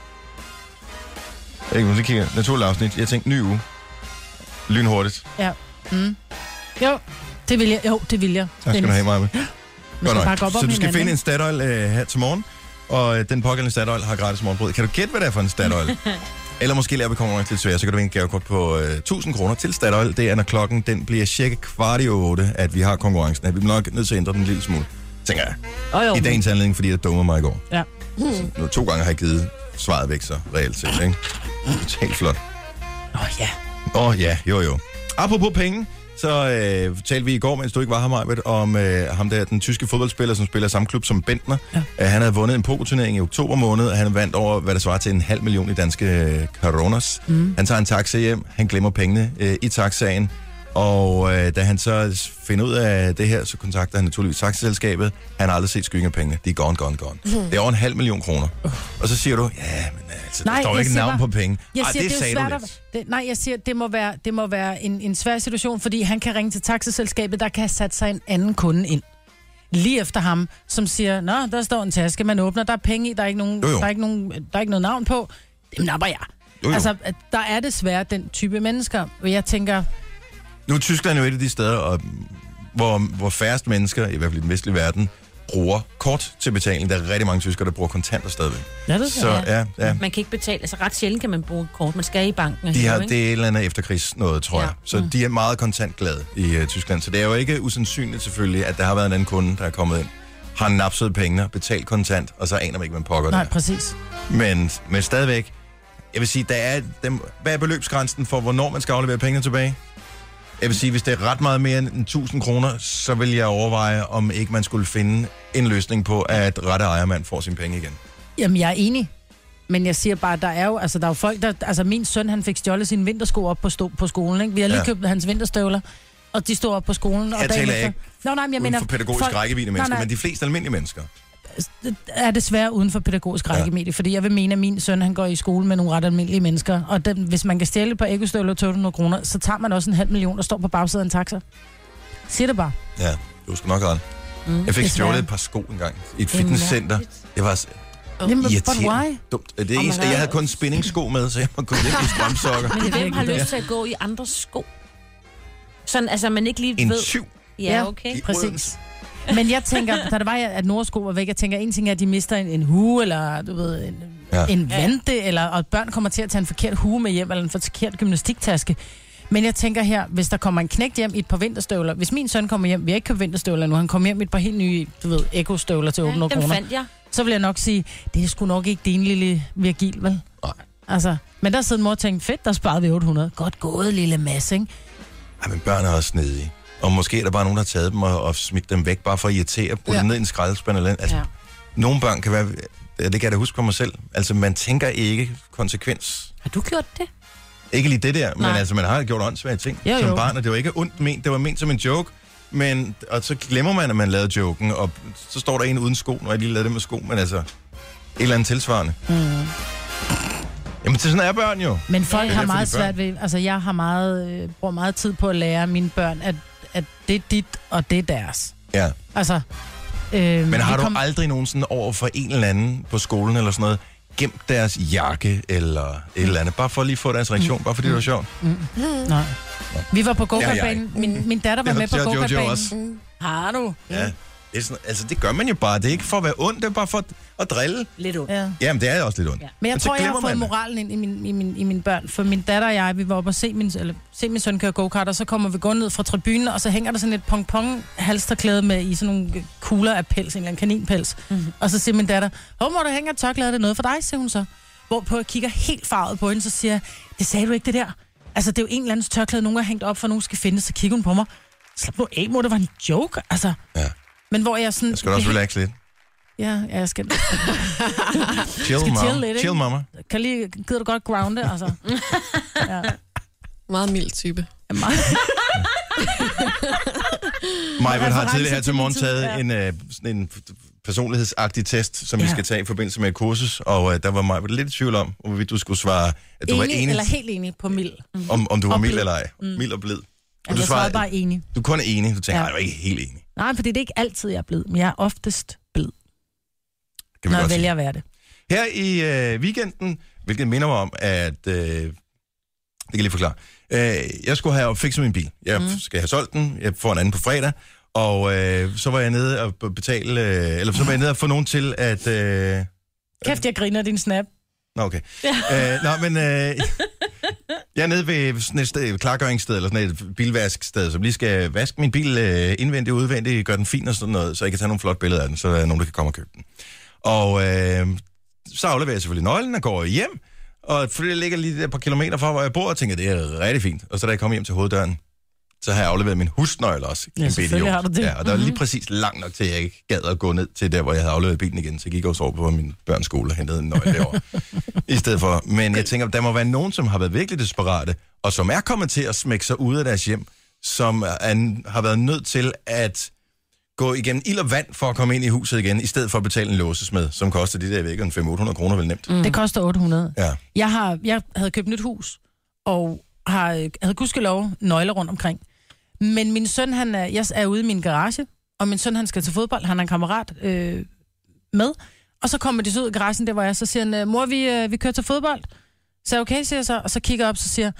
Ikke, hvis du kigger. Naturligt afsnit. Jeg tænkte, ny uge. Lynhurtigt. Ja. Jo, det vil jeg. Tak skal du have, Maja. Godt nok. Så du skal finde en Statoil her til morgen, og den pågældende Statoil har gratis morgenbrød. Kan du gætte, hvad det er for en Statoil? Eller måske laver vi konkurrence lidt svært, så kan du vinde et gavekort på 1000 kroner til Statoil. Det er, når klokken den bliver cirka 7:15, at vi har konkurrencen. Vi bliver nok nødt til at ændre den en lille smule, tænker jeg. I dagens anledning, fordi jeg dummede mig i går. Ja. Nu 2 gange har jeg givet svaret væk, så reelt set, ikke? Helt flot. Ja, jo. Apropos penge, så talte vi i går, mens du ikke var her, Majbet, om ham der, den tyske fodboldspiller, som spiller samme klub som Bentner. Ja. Han havde vundet en pokerturnering i oktober måned, og han vandt over, hvad der svarer til 500.000 i danske coronas. Han tager en taxa hjem, han glemmer pengene i taxaen, og da han så finder ud af det her, så kontakter han naturligvis taxaselskabet. Han har aldrig set skyggen af pengene. De er gone. Det er over 500.000 kroner. Og så siger du, ja, men altså, der står ikke navn på penge. Det sagde du lidt. Jeg siger, det må være en svær situation, fordi han kan ringe til taxaselskabet, der kan have sat sig en anden kunde ind. Lige efter ham, som siger, nå, der står en taske, man åbner, der er penge i, der er ikke noget navn på. Dem napper jeg. Altså, der er desværre den type mennesker, og jeg tænker... Nu er Tyskland jo et af de steder, hvor færrest mennesker, i hvert fald i den vestlige verden, bruger kort til betaling. Der er rigtig mange tyskere, der bruger kontanter stadigvæk. Ja, det så, ja. Man kan ikke betale, altså ret sjældent kan man bruge kort. Man skal i banken. Det er et eller andet efterkrigs noget, tror jeg. Så de er meget kontantglade i Tyskland. Så det er jo ikke usandsynligt selvfølgelig, at der har været en anden kunde, der er kommet ind, har napset pengene, betalt kontant, og så aner man ikke, man pokker det. Nej, præcis. Men stadigvæk, jeg vil sige, hvad er beløbsgrænsen for, hvornår man skal aflevere pengene tilbage? Jeg vil sige, hvis det er ret meget mere end 1.000 kroner, så vil jeg overveje, om ikke man skulle finde en løsning på, at rette ejermand får sine penge igen. Jamen, jeg er enig. Men jeg siger bare, der er jo folk, der... Altså, min søn, han fik stjålet sine vintersko op på skolen, ikke? Vi har lige købt hans vinterstøvler, og de stod op på skolen. Jeg taler ikke uden for pædagogisk rækkevidde mennesker, men de fleste almindelige mennesker. Er desværre uden for pædagogisk rækkevidde, fordi jeg vil mene, at min søn, han går i skole med nogle ret almindelige mennesker, og hvis man kan stjæle på ekkostøvler 200 kroner, så tager man også 500.000 og står på bagsiden af en taxa. Siger det bare. Ja, du skal nok ret. Jeg fik stjålet et par sko engang i et fitnesscenter. Det var irriterende. Dumt. Jeg havde kun spændingssko med, så jeg må gå lidt i strømsokker. Men hvem har lyst til at gå i andres sko? Sådan, altså man ikke lige ved... En tyv. Ja, okay. Præcis. Men jeg tænker, da det var, at Nordsko var væk, jeg tænker, en ting er, at de mister en hue, eller du ved, en vante, eller at børn kommer til at tage en forkert hue med hjem, eller en forkert gymnastiktaske. Men jeg tænker her, hvis der kommer en knægt hjem i et par vinterstøvler, hvis min søn kommer hjem, vi har ikke købt vinterstøvler nu, han kommer hjem i et par helt nye, du ved, ekostøvler til 800 kroner. Fandt jeg. Så vil jeg nok sige, det er sgu nok ikke din lille Virgil, vel? Nej. Altså, men der sidder mor og tænker, fedt, der sparede vi 800. Godt gået, lille masse, ikke? Ej, men børn er også snedige. Og måske er der bare nogen, der har taget dem og smidt dem væk, bare for at irritere, putte dem ned i en skraldespand eller altså, nogle børn kan være, det kan jeg da huske på mig selv, altså man tænker ikke konsekvens. Har du gjort det? Ikke lige det der, men altså man har gjort åndssvage ting som barn, og det var ikke ondt ment, det var ment som en joke, og så glemmer man, at man lavede joken, og så står der en uden sko, når jeg lige lavede det med sko, men altså et eller andet tilsvarende. Jamen, sådan er børn jo. Men folk har meget svært ved... Altså, jeg har bruger meget tid på at lære mine børn, at det er dit, og det er deres. Ja. Altså... Men har du aldrig nogensinde over for en eller anden på skolen eller sådan noget, gemt deres jakke eller et eller andet, bare for at lige få deres reaktion, bare fordi det var sjovt? Nej. Vi var på go-kartbanen. Min datter var med på go-kartbanen. Har du? Ja. Det er sådan, altså, det gør man jo bare. Det er ikke for at være ondt, det er bare for at drille. Lidt ondt. Ja. Jamen, det er også lidt ondt. Ja. Men jeg tror, jeg har fået moralen ind i mine børn. For min datter og jeg, vi var oppe og se min søn køre go-kart, og så kommer vi gå ned fra tribunen, og så hænger der sådan et pong-pong-halsterklæde med i sådan nogle kugler af pels, en eller anden kaninpels. Og så siger min datter, hvor må der hænge et tørklæde, det er noget for dig, siger hun så. Hvorpå jeg kigger helt farvet på hende, så siger jeg, det sagde du ikke det der. Altså, det er jo en eller andens tørklæde, nogen har hængt op, for nogen skal finde, så kigger hun på mig. Slap nu af, det var en joke, altså. Ja. Men hvor jeg sådan... Jeg skal også relaxe lidt. Ja, jeg skal... Chill, mama. Gider du godt grounde, altså? Ja. Meget mild type. Ja, meget. Majbert har tidligere her til morgen taget en personlighedsagtig test, som vi skal tage i forbindelse med et kursus, og der var Majbert lidt i tvivl om, hvorvidt du skulle svare, at du var enig. Eller helt enig på mild. Om du var mild eller ej. Mild og blid. Og du svarede bare enig. Du er kun enig. Du tænker, nej, du er ikke helt enig. Nej, for det er ikke altid, jeg er blid, men jeg er oftest blid. Når jeg vælger at være det. Her i weekenden, hvilket minder mig om, at... det kan jeg lige forklare. Jeg skulle have fikset min bil. Jeg skal have solgt den. Jeg får en anden på fredag. Og så var jeg nede og betale... eller så var jeg nede og få nogen til at... Kæft, jeg griner din snap. Nå, okay. Jeg er nede ved sådan et sted, et klargøringssted, eller sådan et bilvasksted, som lige skal vaske min bil indvendigt og udvendigt, gøre den fin og sådan noget, så jeg kan tage nogle flotte billeder af den, så der er nogen, der kan komme og købe den. Og så afleverer jeg selvfølgelig nøglen og går hjem, og fordi jeg ligger lige der et par kilometer fra, hvor jeg bor, og tænker, det er rigtig fint. Og så da jeg kommer hjem til hoveddøren, så har jeg afleveret min husnøgle også. Ja, selvfølgelig har du det. Ja, og der var lige præcis langt nok til, at jeg ikke gad at gå ned til der, hvor jeg havde afleveret bilen igen. Så jeg gik også over på min børns skole og hentede en nøgle derovre. I stedet for. Men jeg tænker, der må være nogen, som har været virkelig desperate, og som er kommet til at smække sig ud af deres hjem, som har været nødt til at gå igennem ild og vand for at komme ind i huset igen, i stedet for at betale en låsesmed, som koster de der væk 500-800 kroner vel nemt. Det koster 800. Ja. Jeg havde købt nyt hus, og havde gudskelov nøgler rundt omkring. Men min søn, jeg er ude i min garage, og min søn, han skal til fodbold, han er en kammerat med. Og så kommer de så ud i garagen, der hvor jeg så siger han, mor, vi kører til fodbold. Så okay, siger jeg så, og så kigger jeg op, så siger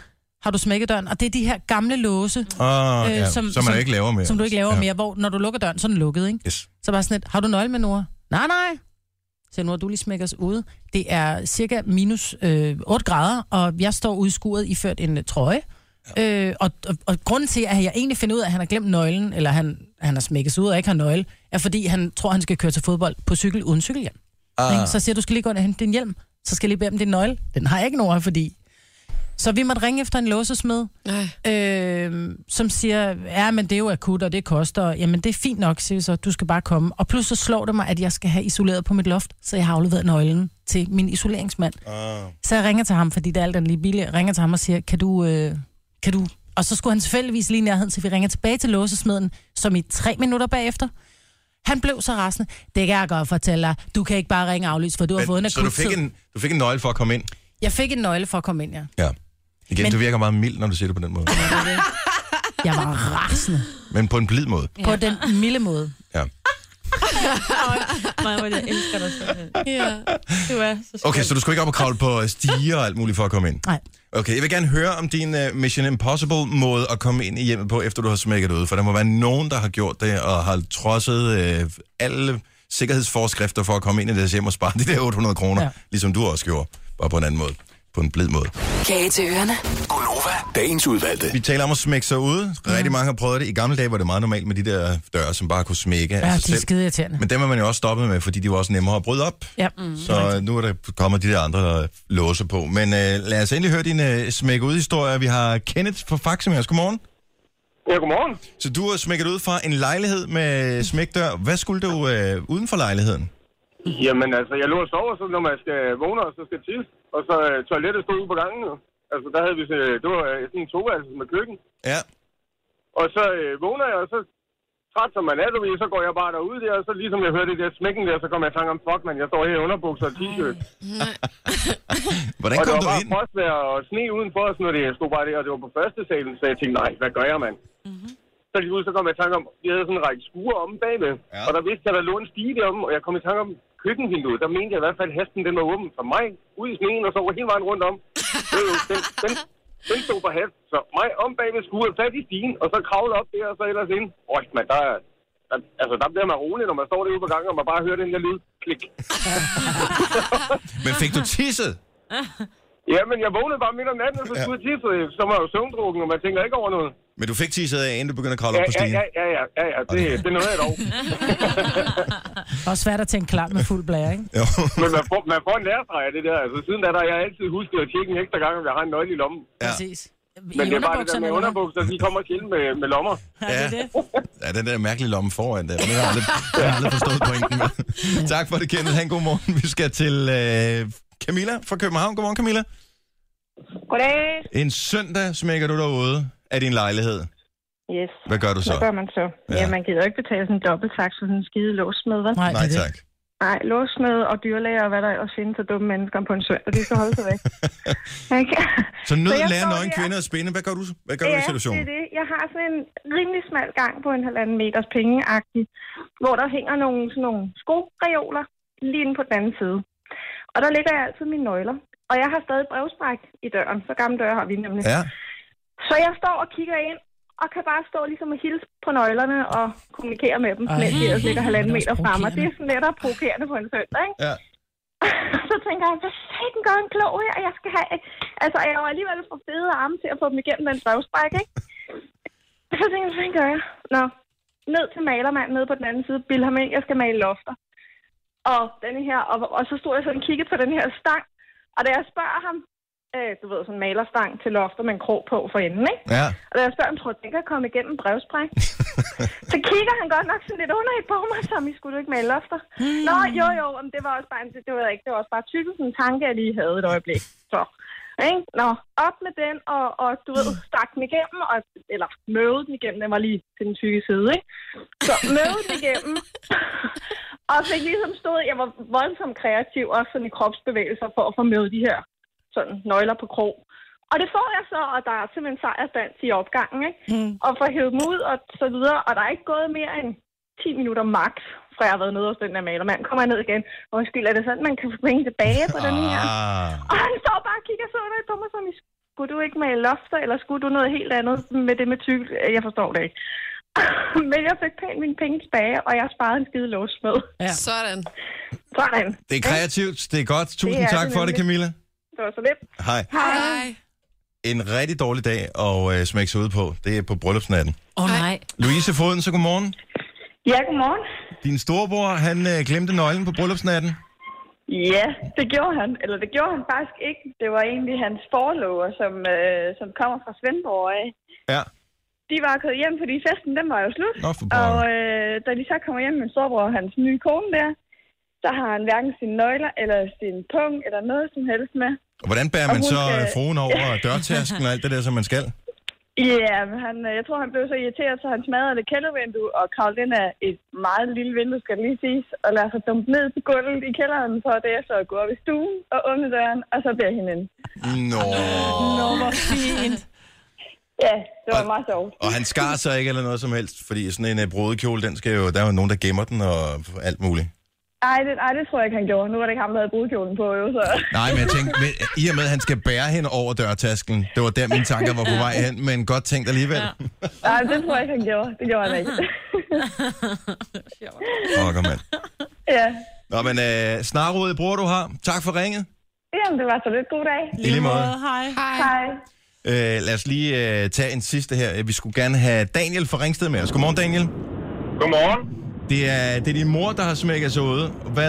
har du smækket døren? Og det er de her gamle låse, som man ikke laver mere. Som du ikke laver mere, hvor når du lukker døren, så er den lukket, ikke? Yes. Så bare sådan lidt, har du nøgle med, Nora? Nej. Så Nora, du lige smækker os ude. Det er cirka minus 8 grader, og jeg står udskuret iført en trøje. Ja. Og grunden til, at jeg egentlig finder ud af, at han har glemt nøglen, eller han har smækket sig ud og ikke har nøgle, er fordi han tror, han skal køre til fodbold på cykel uden cykelhjelm. Så siger du skal lige gå ind og hente din hjelm. Så skal jeg lige bede om din nøgle. Den har jeg ikke, Nora, fordi... Så vi måtte ringe efter en låsesmed, som siger, ja, men det er jo akut, og det koster. Jamen, det er fint nok, siger så, du skal bare komme. Og pludselig slår det mig, at jeg skal have isoleret på mit loft, så jeg har afleveret nøglen til min isoleringsmand. Så jeg ringer til ham, fordi det er alt andet lige billigt. Jeg ringer til ham og siger, kan du... Og så skulle han selvfølgelig lige nærheden, så vi ringer tilbage til låsesmeden, som i 3 minutter bagefter. Han blev så rasende. Det kan jeg godt fortælle dig. Du kan ikke bare ringe aflys, for du har fået en akut. Så du fik en nøgle for at komme ind? Jeg fik en nøgle for at komme ind, ja. Igen, du virker meget mild, når du siger det på den måde. Jeg var rasende. Men på en blid måde. På den milde måde. Ja. Jeg elsker dig så. Ja, du er så skøn. Okay, så du skulle ikke op og kravle på stiger og alt muligt for at komme ind? Nej. Okay, jeg vil gerne høre om din Mission Impossible-måde at komme ind i hjemmet på, efter du har smækket ud. For der må være nogen, der har gjort det og har trodset alle sikkerhedsforskrifter for at komme ind i deres hjem og spare de der 800 kroner, ligesom du også gjorde, bare på en anden måde. På en blid måde. Kage til ørerne. Gonova, dagens udvalgte. Vi taler om at smække sig ud. Rigtig mange har prøvet det. I gamle dage var det meget normalt med de der døre, som bare kunne smække af sig selv. De er skide irriterende. Men dem er man jo også stoppet med, fordi de var også nemmere at bryde op. Ja. Så nu er der kommet de der andre låse på. Men lad os endelig høre din smække ud-historie. Vi har Kenneth fra Faxe med os. Godmorgen. Ja, godmorgen. Så du har smækket ud fra en lejlighed med smækdør. Hvad skulle du uden for lejligheden? Jamen altså, jeg lå og sover, så når man skal vågne, og så skal tisse. Og så toilettet stod ude på gangen. Altså, der havde vi det var sådan en toværelse med køkken. Ja. Og så vågner jeg, og så træt som man er, så går jeg bare derude der, og så ligesom jeg hørte det der smækken der, så kommer jeg i tanke om, fuck man, jeg står her i underbukser og t-shirt. Hvordan kom du ind? Og det var bare frostvejr og sne udenfor, og sådan noget, jeg stod bare der, og det var på første salen, så jeg tænkte, nej, hvad gør jeg, mand? Så lige ud, så kom jeg i tanke om, jeg havde sådan en række skure om bagved, og der vidste jeg, der lå en stige derom, og jeg kom i tanke om køkkenvinduet, der mente jeg i hvert fald, at hesten den var åben for mig, ud i sneen, og så over hele vejen rundt om. Den stod på hest, så mig om bagved skuret, fat i stigen, og så kravle op der, og så ellers ind. Man, der bliver man rolig, når man står derude på gangen, og man bare hører den der lyd. Klik. Men fik du tisset? Ja, men jeg vågnede bare midt om natten, og så skulle jeg tisse, så var jeg jo søvndrukken, og man tænker ikke over noget. Men du fik tisset af, inden du begyndte at kravle op på stigen? Ja, det nåede jeg dog. Det er også svært at tænke klar med fuld blære, ikke? Jo. Men man får en lærestreg af det der. Altså, siden da har jeg altid husket at tjekke en ekstra gang, om jeg har en nøgle i lommen. Ja. Præcis. Men det er bare det der med underbukser, de kommer sjældent med lommer. Ja, ja, den der mærkelige lomme foran der. Jeg har aldrig forstået pointen med. Tak for det, Kenneth. Ha' en god morgen. Vi skal til Camilla fra København. Godmorgen, Camilla. Goddag. En søndag smækker du derude af din lejlighed. Yes. Hvad gør du så? Hvad gør man så? Ja, man gider ikke betale sådan en dobbeltaks for sådan en skide låsmed, hva'? Nej, tak. Nej, låsmed og dyrlæger og hvad der ellers findes af dumme mennesker på en søndag, de skal holde sig væk. Så nød lærer nøgen kvinder at spænde. Hvad gør du i situationen? Ja, det er det. Jeg har sådan en rimelig smal gang på en 1,5 meters pengeagtig, hvor der hænger sådan nogle skoreoler lige inde på den anden side. Og der ligger jeg altid mine nøgler. Og jeg har stadig brevspræk i døren. Så gamle døre har vi nemlig. Ja. Så jeg står og kigger ind, og kan bare stå ligesom og hilse på nøglerne og kommunikere med dem, mens de ellers ligger 1,5 meter fra mig. Det er sådan lidt provokerende på en søndag, ikke? Ja. Så tænker jeg, hvad satan gør en klog her, jeg skal have... Altså, jeg var alligevel for fede arme til at få dem igennem den brevspræk, ikke? Så tænker jeg, hvad gør jeg? Nå, ned til malermanden nede på den anden side, bilde ham ind, jeg skal male lofter. Og denne her, og så stod jeg sådan og kiggede på den her stang, og da jeg spørger ham, du ved, sådan en malerstang til lofter med en krog på for enden, ikke? Ja. Og da jeg spørger ham, tror jeg, den kan komme igennem brevspræk? Så kigger han godt nok sådan lidt underligt på mig, som I skulle ikke male lofter. Nå, jo, men det var også bare, det ved jeg ikke, det var også bare typisk en tanke, jeg lige havde et øjeblik. Så, ikke? Nå, op med den, og du ved, stak den igennem, eller møvede den igennem, den var lige til den tykke side, ikke? Så møvede den igennem, og fik ligesom stået, jeg var voldsomt kreativ, også sådan i kropsbevægelser, for at få mødet de her sådan nøgler på krog. Og det får jeg så, og der er simpelthen sejrstand i opgangen, ikke? Og får hævet dem ud, og så videre, og der er ikke gået mere end 10 minutter max, fra jeg har været nede hos den der malermand. Kommer jeg ned igen, undskyld, er det sådan, man kan få penge tilbage på den her? Og han står bare og kigger så på mig, som I skulle du ikke med lofter, eller skulle du noget helt andet med det med cykel? Jeg forstår det ikke. Men jeg fik pænt mine penge tilbage, og jeg sparede en skide låsmed. Ja. Sådan. Det er kreativt, det er godt. Tusind tak for det, Camilla. Det var så lidt. Hej. Hej. En rigtig dårlig dag at smække sig ud på. Det er på bryllupsnatten. Nej. Louise Foden, så godmorgen. Ja, godmorgen. Din storebror, han glemte nøglen på bryllupsnatten. Ja, det gjorde han. Eller det gjorde han faktisk ikke. Det var egentlig hans forlover, som kommer fra Svendborg af. Ja. De var kørt hjem, fordi festen, den var jo slut. Og da de så kommer hjem med min storebror og hans nye kone der, så har han hverken sine nøgler eller sin pung eller noget som helst med. Og hvordan bærer man så fruen over dørtærsken og alt det der, som man skal? Ja, men jeg tror, han blev så irriteret, så han smadrede det kældervindue og kravlede ind af et meget lille vindue, skal det lige siges, og lader sig dumpe ned på gulvet i kælderen, for det er så at gå op i stuen og åbne døren, og så bliver hende ind. Nå, hvor fint. Ja, det var meget sjovt. Og han skar sig ikke eller noget som helst, fordi sådan en brudekjole, den skal jo, der er jo nogen, der gemmer den og alt muligt. Ej, det tror jeg ikke, han gjorde. Nu var det ikke ham, der havde brudekjolen på, jo, så... Nej, men jeg tænkte, i og med, at han skal bære hende over dørtasken, det var der, mine tanker var på vej hen, men godt tænkt alligevel. Nej, det tror jeg ikke, han gjorde. Det gjorde han ikke. Åh, mand. Ja. Nå, men snarrådet bror du har. Tak for ringet. Jamen, det var så lidt. God dag. I lige måde. Hej. Hej. Lad os lige tage en sidste her. Vi skulle gerne have Daniel fra Ringsted med os. Godmorgen, Daniel. Godmorgen. Det er din mor, der har smækket sig ude.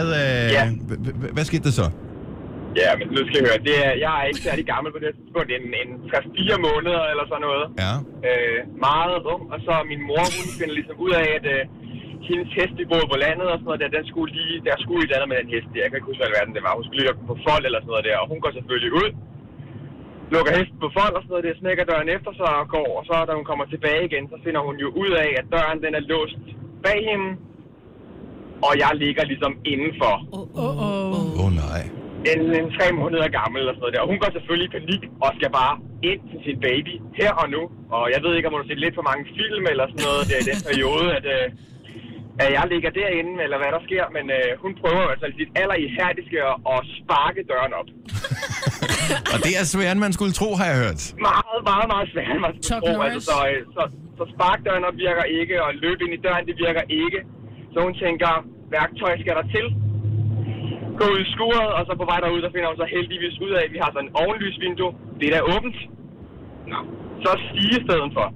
Hvad skete der så? Ja, men nu skal jeg høre. Jeg er ikke særlig gammel på det tidspunkt. En 3-4 måneder eller sådan noget. Ja. Meget ung. Og så min mor, hun finder ligesom ud af, at hendes hest, de boede på landet og sådan noget der. Der skulle et andet med den hest. Jeg kan ikke huske, hvad verden det var. Hun skulle lige på fold eller sådan noget der. Og hun går selvfølgelig ud. Lukker hesten på fold og sådan noget der. Smækker døren efter sig og går. Og så da hun kommer tilbage igen, så finder hun jo ud af, at døren den er låst bag hende, og jeg ligger ligesom indenfor. Nej. En 3 måneder gammel eller sådan noget der. Og hun går selvfølgelig i panik og skal bare ind til sin baby her og nu. Og jeg ved ikke, om hun har set lidt for mange film eller sådan noget der i den periode, at jeg ligger derinde, eller hvad der sker. Men hun prøver altså sit allerihærdiske at sparke døren op. Og det er sværere, end man skulle tro, har jeg hørt. Meget, meget, meget sværere, end man skulle tro. Altså, så sparkdøren op virker ikke, og løb ind i døren, det virker ikke. Så hun tænker, værktøj skal der til. Gå ud i skuret, og så på vej derud, der finder hun så heldigvis ud af, at vi har sådan en ovenlysvindue. Det er da åbent. Nå. Så stige i stedet for.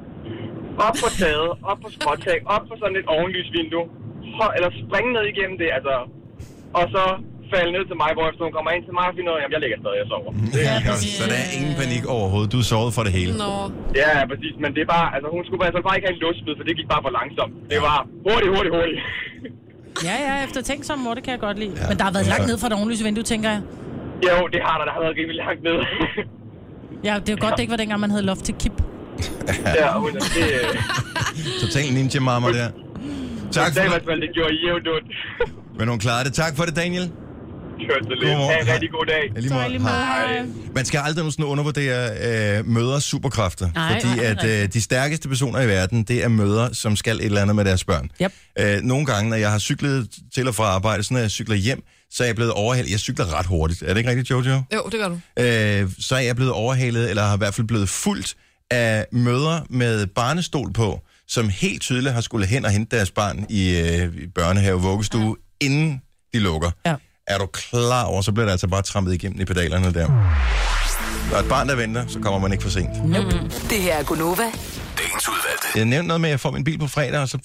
Op på taget, op på skråtag, op på sådan et ovenlysvindue. Eller springe ned igennem det, altså. Og så falde ned til mig, hvor efter hun kommer ind til mig og finder ud af, at jeg ligger stadig og sover. Så der er ingen panik overhovedet. Du sovede for det hele. Ja, præcis. Men det er bare, altså hun skulle altså bare ikke have en låsbid, for det gik bare for langsomt. Det var hurtigt. Ja, efter tænk som mor, det kan jeg godt lide. Ja. Men der har været langt ned fra det ovenlyse vindue, tænker jeg. Jo, det har der har været rimelig langt ned. Ja, det er jo godt, det ikke var dengang, man havde loft til kip. Ja, hun er det... Total ninja-mamma der. Tak for det. Det gjorde jævnt ondt. Men hun klarede det. Tak for det, Daniel. Ha' en rigtig god dag. Hej. Man skal aldrig nu sådan undervurdere mødres superkræfter. Fordi at de stærkeste personer i verden, det er mødre, som skal et eller andet med deres børn. Yep. Nogle gange, når jeg har cyklet til og fra arbejde, så når jeg cykler hjem, så er jeg blevet overhalet. Jeg cykler ret hurtigt. Er det ikke rigtigt, Jojo? Jo, det gør du. Så er jeg blevet overhalet, eller har i hvert fald blevet fuldt af mødre med barnestol på, som helt tydeligt har skulle hen og hente deres barn i børnehave, vuggestue, inden de lukker. Ja. Er du klar over, så bliver det altså bare trampet igennem i pedalerne der. Der er et barn, der venter, så kommer man ikke for sent. Nope. Det her er Gunova. Dagens udvalgte. Jeg nævnte noget med, at jeg får min bil på fredag, og så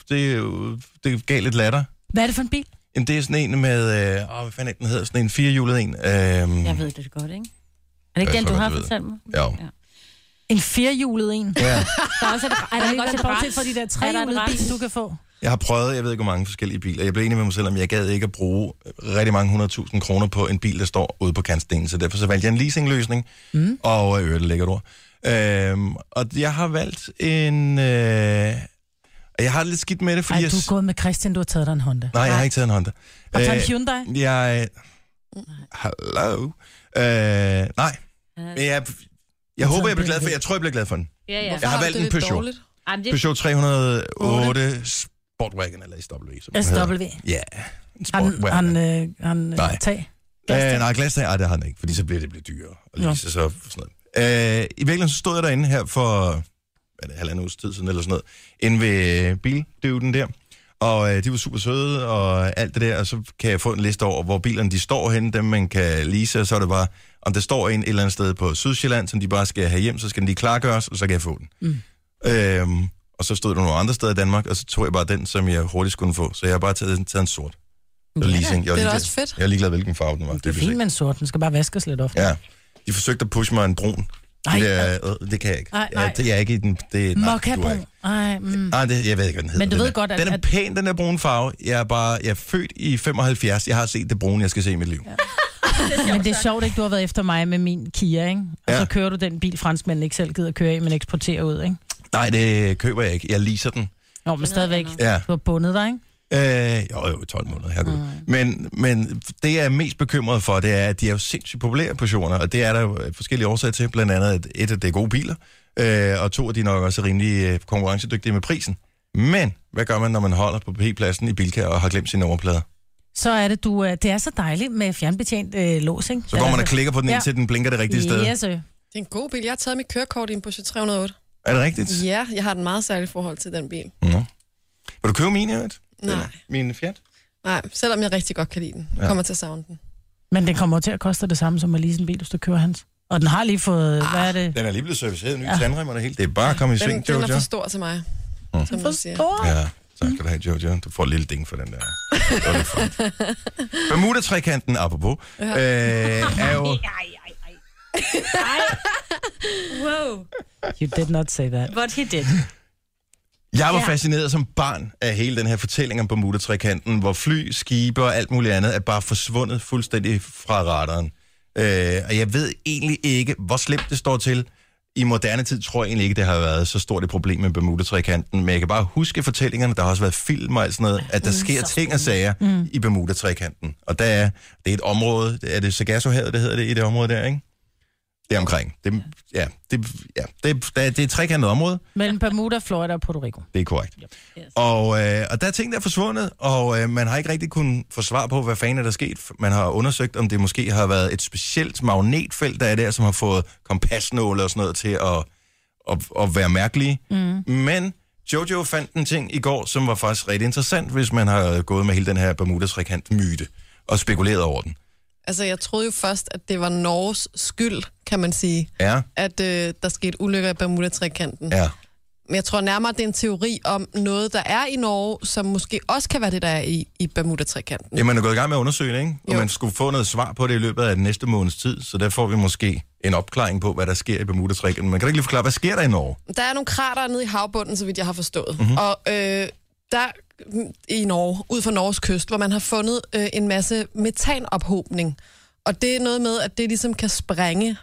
det gav lidt latter. Hvad er det for en bil? Jamen, det er sådan en med, hvad fanden den hedder, sådan en 4-hjulet en. Jeg ved det godt, ikke? Er det ikke den, du har fortalt mig? Jo. Ja. En 4-hjulet en? Ja. Der er også et bortset fra de der 3-hjulede biler, du kan få. Jeg har prøvet, jeg ved ikke, hvor mange forskellige biler. Jeg blev enig med mig selv, om jeg gad ikke at bruge rigtig mange 100.000 kroner på en bil, der står ude på kantstenen. Så derfor så valgte jeg en leasingløsning, og det lækkert ord. Og jeg har valgt en... jeg har det lidt skidt med det, fordi... Ej, du er gået med Christian, du har taget dig en Honda. Nej, jeg har ikke taget en Honda. Og taget en Hyundai? Hallo? Nej. Men jeg håber, jeg bliver glad for... Jeg tror, jeg bliver glad for den. Ja. Jeg har valgt en Peugeot. Peugeot 308 Sportwagon, eller SW. SW? Ja, en Sportwagon. Han tag? Nej, glastag, det har han ikke, fordi så bliver det dyrere. Og lige så sådan I virkeligheden så stod jeg derinde her for halvanden uges tid siden eller sådan noget, inde ved bildøvden der. Og de var super søde og alt det der, og så kan jeg få en liste over, hvor bilerne de står henne, dem man kan lease, og så er det bare, om der står en et eller andet sted på Sydsjælland, som de bare skal have hjem, så skal den lige klargøres, og så kan jeg få den. Og så stod der nogle andre steder i Danmark, og så tog jeg bare den, som jeg hurtigt skulle få. Så jeg har bare taget en sort. Leasing. Det er også fedt. Jeg er ligeglad, hvilken farve den var. Det er fint med en sort, den skal bare vaskes lidt ofte. Ja, de forsøgte at pushe mig en brun. Det kan jeg ikke. Nej. Det er ikke i den. Mokka-brun. Jeg ved ikke, hvad den hedder. Men du ved godt, den er pæn, den der brune farve. Jeg er født i 75. Jeg har set det brune, jeg skal se i mit liv. Ja. Men det er sjovt, ikke? Du har været efter mig med min Kia, ikke? Og så kører du den bil, franskmændene ikke selv gider køre i, men eksporterer ud, ikke? Nej, det køber jeg ikke. Jeg leaser den. Nå, men stadigvæk. Du har bundet dig, ikke? Jo, 12 måneder, herregud. Men det, jeg er mest bekymret for, det er, at de er jo sindssygt populære på Shona, og det er der jo forskellige årsager til, blandt andet, at et af det er gode biler, og to af de nok også er rimelig konkurrencedygtige med prisen. Men hvad gør man, når man holder på P-pladsen i Bilka og har glemt sine nummerplader? Så er det, det er så dejligt med fjernbetjent lås, ikke? Så går man og klikker på den ind til den blinker det rigtige sted. Yes, det er en god bil. Jeg har taget mit kørekort i en Porsche 308. Er det rigtigt? Ja, jeg har et meget særligt forhold til den bil. Vil du købe min, Jørgen? Nej. Min Fiat? Nej, selvom jeg rigtig godt kan lide den. Jeg kommer til at savne den. Men den kommer til at koste det samme som at lease en bil, hvis du kører hans. Og den har lige fået, hvad er det? Den er lige blevet serviceret, nye tandremmer og det hele. Det er bare at komme i sving, Jojo. Den er for stor til mig, som du siger. Ja, så skal du have, Jojo. Du får et lille ding for den der. Bermuda-trekanten, apropos, er jo... Wow. You did not say that. But he did. Jeg var fascineret som barn af hele den her fortælling om Bermuda-trekanten, hvor fly, skibe og alt muligt andet er bare forsvundet fuldstændig fra radaren. Og jeg ved egentlig ikke, hvor slemt det står til. I moderne tid tror jeg egentlig ikke, det har været så stort et problem med Bermuda-trekanten, men jeg kan bare huske fortællingerne, der har også været film og alt sådan noget, at der sker ting og sager i Bermuda-trekanten. Og det er et område, er det Sargassohavet, det hedder det i det område der, ikke? Det er omkring. Det er et trekantet område. Mellem Bermuda, Florida og Puerto Rico. Det er korrekt. Yep. Yes. Og der er ting, der er forsvundet, og man har ikke rigtig kunnet få svar på, hvad fanden er der sket. Man har undersøgt, om det måske har været et specielt magnetfelt, der er der, som har fået kompasnåle og sådan noget til at være mærkelige. Men Jojo fandt en ting i går, som var faktisk rigtig interessant, hvis man har gået med hele den her Bermuda-trekant-myte og spekuleret over den. Altså, jeg troede jo først, at det var Norges skyld, kan man sige, at der skete ulykker i Bermuda-trekanten. Ja. Men jeg tror nærmere, at det er en teori om noget, der er i Norge, som måske også kan være det, der er i Bermuda-trekanten. Ja, man er gået i gang med at undersøge, ikke? Og man skulle få noget svar på det i løbet af den næste måneds tid, så der får vi måske en opklaring på, hvad der sker i Bermuda-trekanten. Man kan ikke lige forklare, hvad sker der i Norge? Der er nogle krater nede i havbunden, så vidt jeg har forstået. Og der i Norge, ud for Norges kyst, hvor man har fundet en masse metanophobning. Og det er noget med, at det ligesom kan sprænge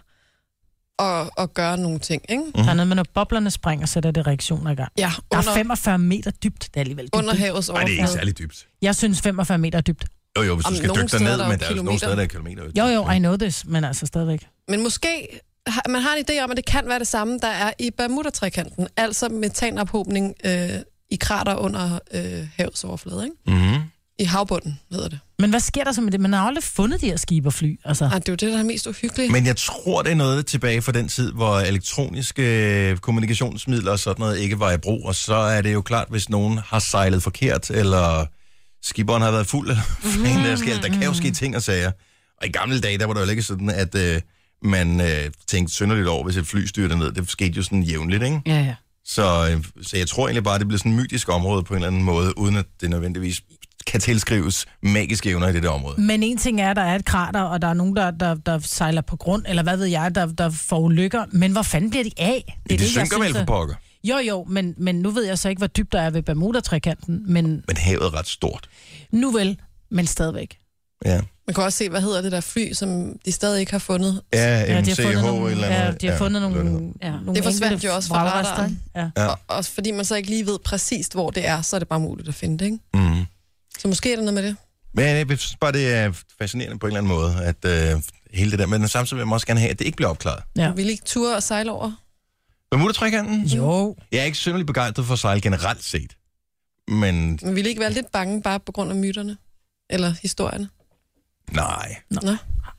og gøre nogle ting, ikke? Der er noget med, når boblerne springer, så er det reaktioner i gang. Ja, der er 45 meter dybt, det er alligevel dybt. Under havets overflade. Nej, det er ikke særlig dybt. Jeg synes 45 meter er dybt. Jo, hvis du skal dykke derned, men der er jo nogle steder, der er kilometer. Jo, I know this, men altså stadigvæk. Men måske, man har en idé om, at det kan være det samme, der er i Bermuda-trekanten. Altså metanophobning i krater under havets overflade, ikke? I havbunden, hedder det. Men hvad sker der så med det? Man har aldrig fundet de her skib og fly. Altså. Det er jo det, der er mest uhyggeligt. Men jeg tror, det er noget tilbage fra den tid, hvor elektroniske kommunikationsmidler og sådan noget ikke var i brug. Og så er det jo klart, hvis nogen har sejlet forkert, eller skiberen har været fuld, eller der kan jo ske ting og sager. Og i gamle dage, der var det jo ikke sådan, at man tænkte synderligt over, hvis et fly styrte ned. Det skete jo sådan jævnligt, ikke? Ja. Så jeg tror egentlig bare, det bliver sådan et mytisk område på en eller anden måde, uden at det nødvendigvis kan tilskrives magiske evner i det der område. Men en ting er, at der er et krater, og der er nogen, der sejler på grund, eller hvad ved jeg, der får ulykker. Men hvor fanden bliver de af? Det synker vel for pokker. Jo, men nu ved jeg så ikke, hvor dybt der er ved Bermuda-trekanten. Men havet er ret stort. Nu vel, men stadigvæk. Ja. Man kan også se, hvad hedder det der fly, som de stadig ikke har fundet. Ja, MCH eller noget. Ja, de har fundet nogle det forsvandt jo også fra radaren. Ja. Og fordi man så ikke lige ved præcist, hvor det er, så er det bare muligt at finde det, ikke? Mm. Så måske er der noget med det. Men jeg synes bare, det er fascinerende på en eller anden måde, at hele det der, men samtidig vil jeg også gerne have, at det ikke bliver opklaret. Ja. Vil I ikke ture og sejle over? Bermuda-trekanten? Jo. Jeg er ikke synderligt begejstret for at sejle generelt set. Men vil I ikke være lidt bange bare på grund af myterne? Eller historierne? Nej. Nå.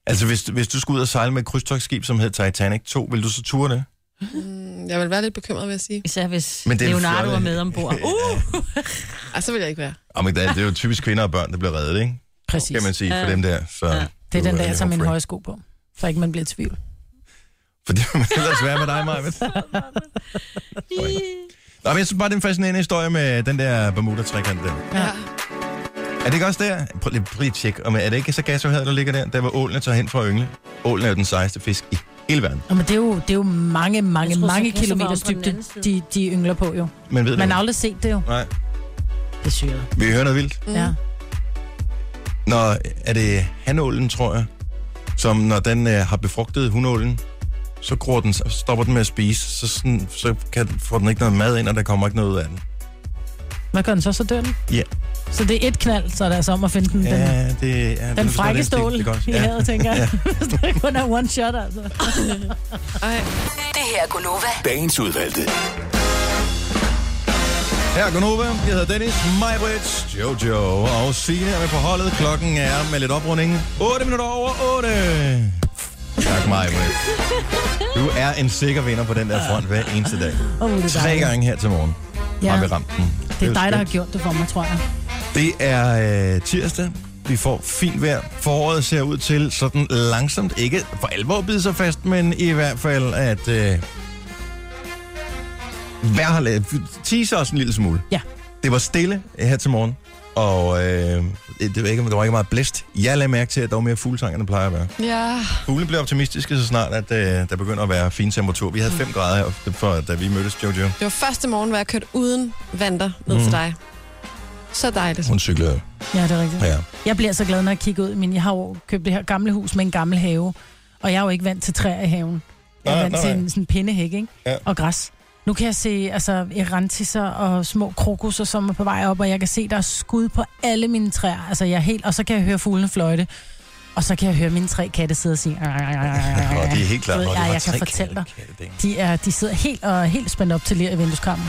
Altså, hvis du skulle ud og sejle med et krydstogtskib, som hed Titanic 2, vil du så ture det? Jeg vil være lidt bekymret, vil jeg sige. Især hvis Leonardo var med ombord. Så vil jeg ikke være. Men det er jo typisk kvinder og børn, der bliver reddet, ikke? Præcis. Kan man sige, for dem der. Så det er den der, jeg tager mine høje sko på. Så ikke man bliver i tvivl. For det vil ellers være med dig, Maja. Nå, men jeg synes bare, det er en fascinerende historie med den der Bermuda-trekant der. Ja. Er det ikke også der? Prøv lige at tjekke. Er det ikke så gasøhed, der ligger der? Der hvor ålene tager hen fra yngle. Ålen er jo den sejeste fisk i hele verden. Men det er jo mange kilometers dybde, de yngler på jo. Men ved man har aldrig set det jo. Nej. Det er syret. Vi hører noget vildt. Ja. Når er det hanålen, tror jeg, som når den har befrugtet hunålen, så stopper den med at spise, så får den ikke noget mad ind, og der kommer ikke noget ud af den. Hvad gør den så dør den? Ja. Så det er et knald, så er det altså om at finde den frække stål i havet, tænker jeg. Det er kun er one shot, altså. Det her er Gunova. Dagens udvalgte. Her er Gunova. Jeg hedder Dennis, Majbrits, Jojo og Signe er med på holdet. Klokken er med lidt oprunding 8 minutter over 8. Tak, Majbrits. Du er en sikker vinder på den der front hver eneste dag. 3 gange her til morgen. Har vi ramt den. Det er dig, der har gjort det for mig, tror jeg. Det er tirsdag. Vi får fint vejr. Foråret ser ud til sådan langsomt, ikke for alvor bide sig fast, men i hvert fald at vejr har teaser os en lille smule. Ja. Det var stille her til morgen, og det var ikke meget blæst. Jeg lagde mærke til, at der var mere fuglesang, end det plejer at være. Ja. Fuglene blev optimistiske så snart, at der begynder at være fin temperatur. Vi havde 5 grader her, da vi mødtes, Jojo. Det var første morgen, hvor jeg kørte uden vanter ned til dig. Så dejligt. Hun cyklede. Ja, det er rigtigt. Ja. Jeg bliver så glad, når jeg kigger ud. Men jeg har jo købt det her gamle hus med en gammel have, og jeg er jo ikke vant til træer i haven. Jeg er vant til en sådan pindehæk, ikke? Ja. Og græs. Nu kan jeg se erantisser og små krokusser, som er på vej op, og jeg kan se, der er skud på alle mine træer. Altså, jeg er helt, og så kan jeg høre fuglene fløjte, og så kan jeg høre mine 3 katte sidde og sige... Det er helt klart, når jeg kan fortælle dig. De sidder helt spændt op til ler i vindueskarmen.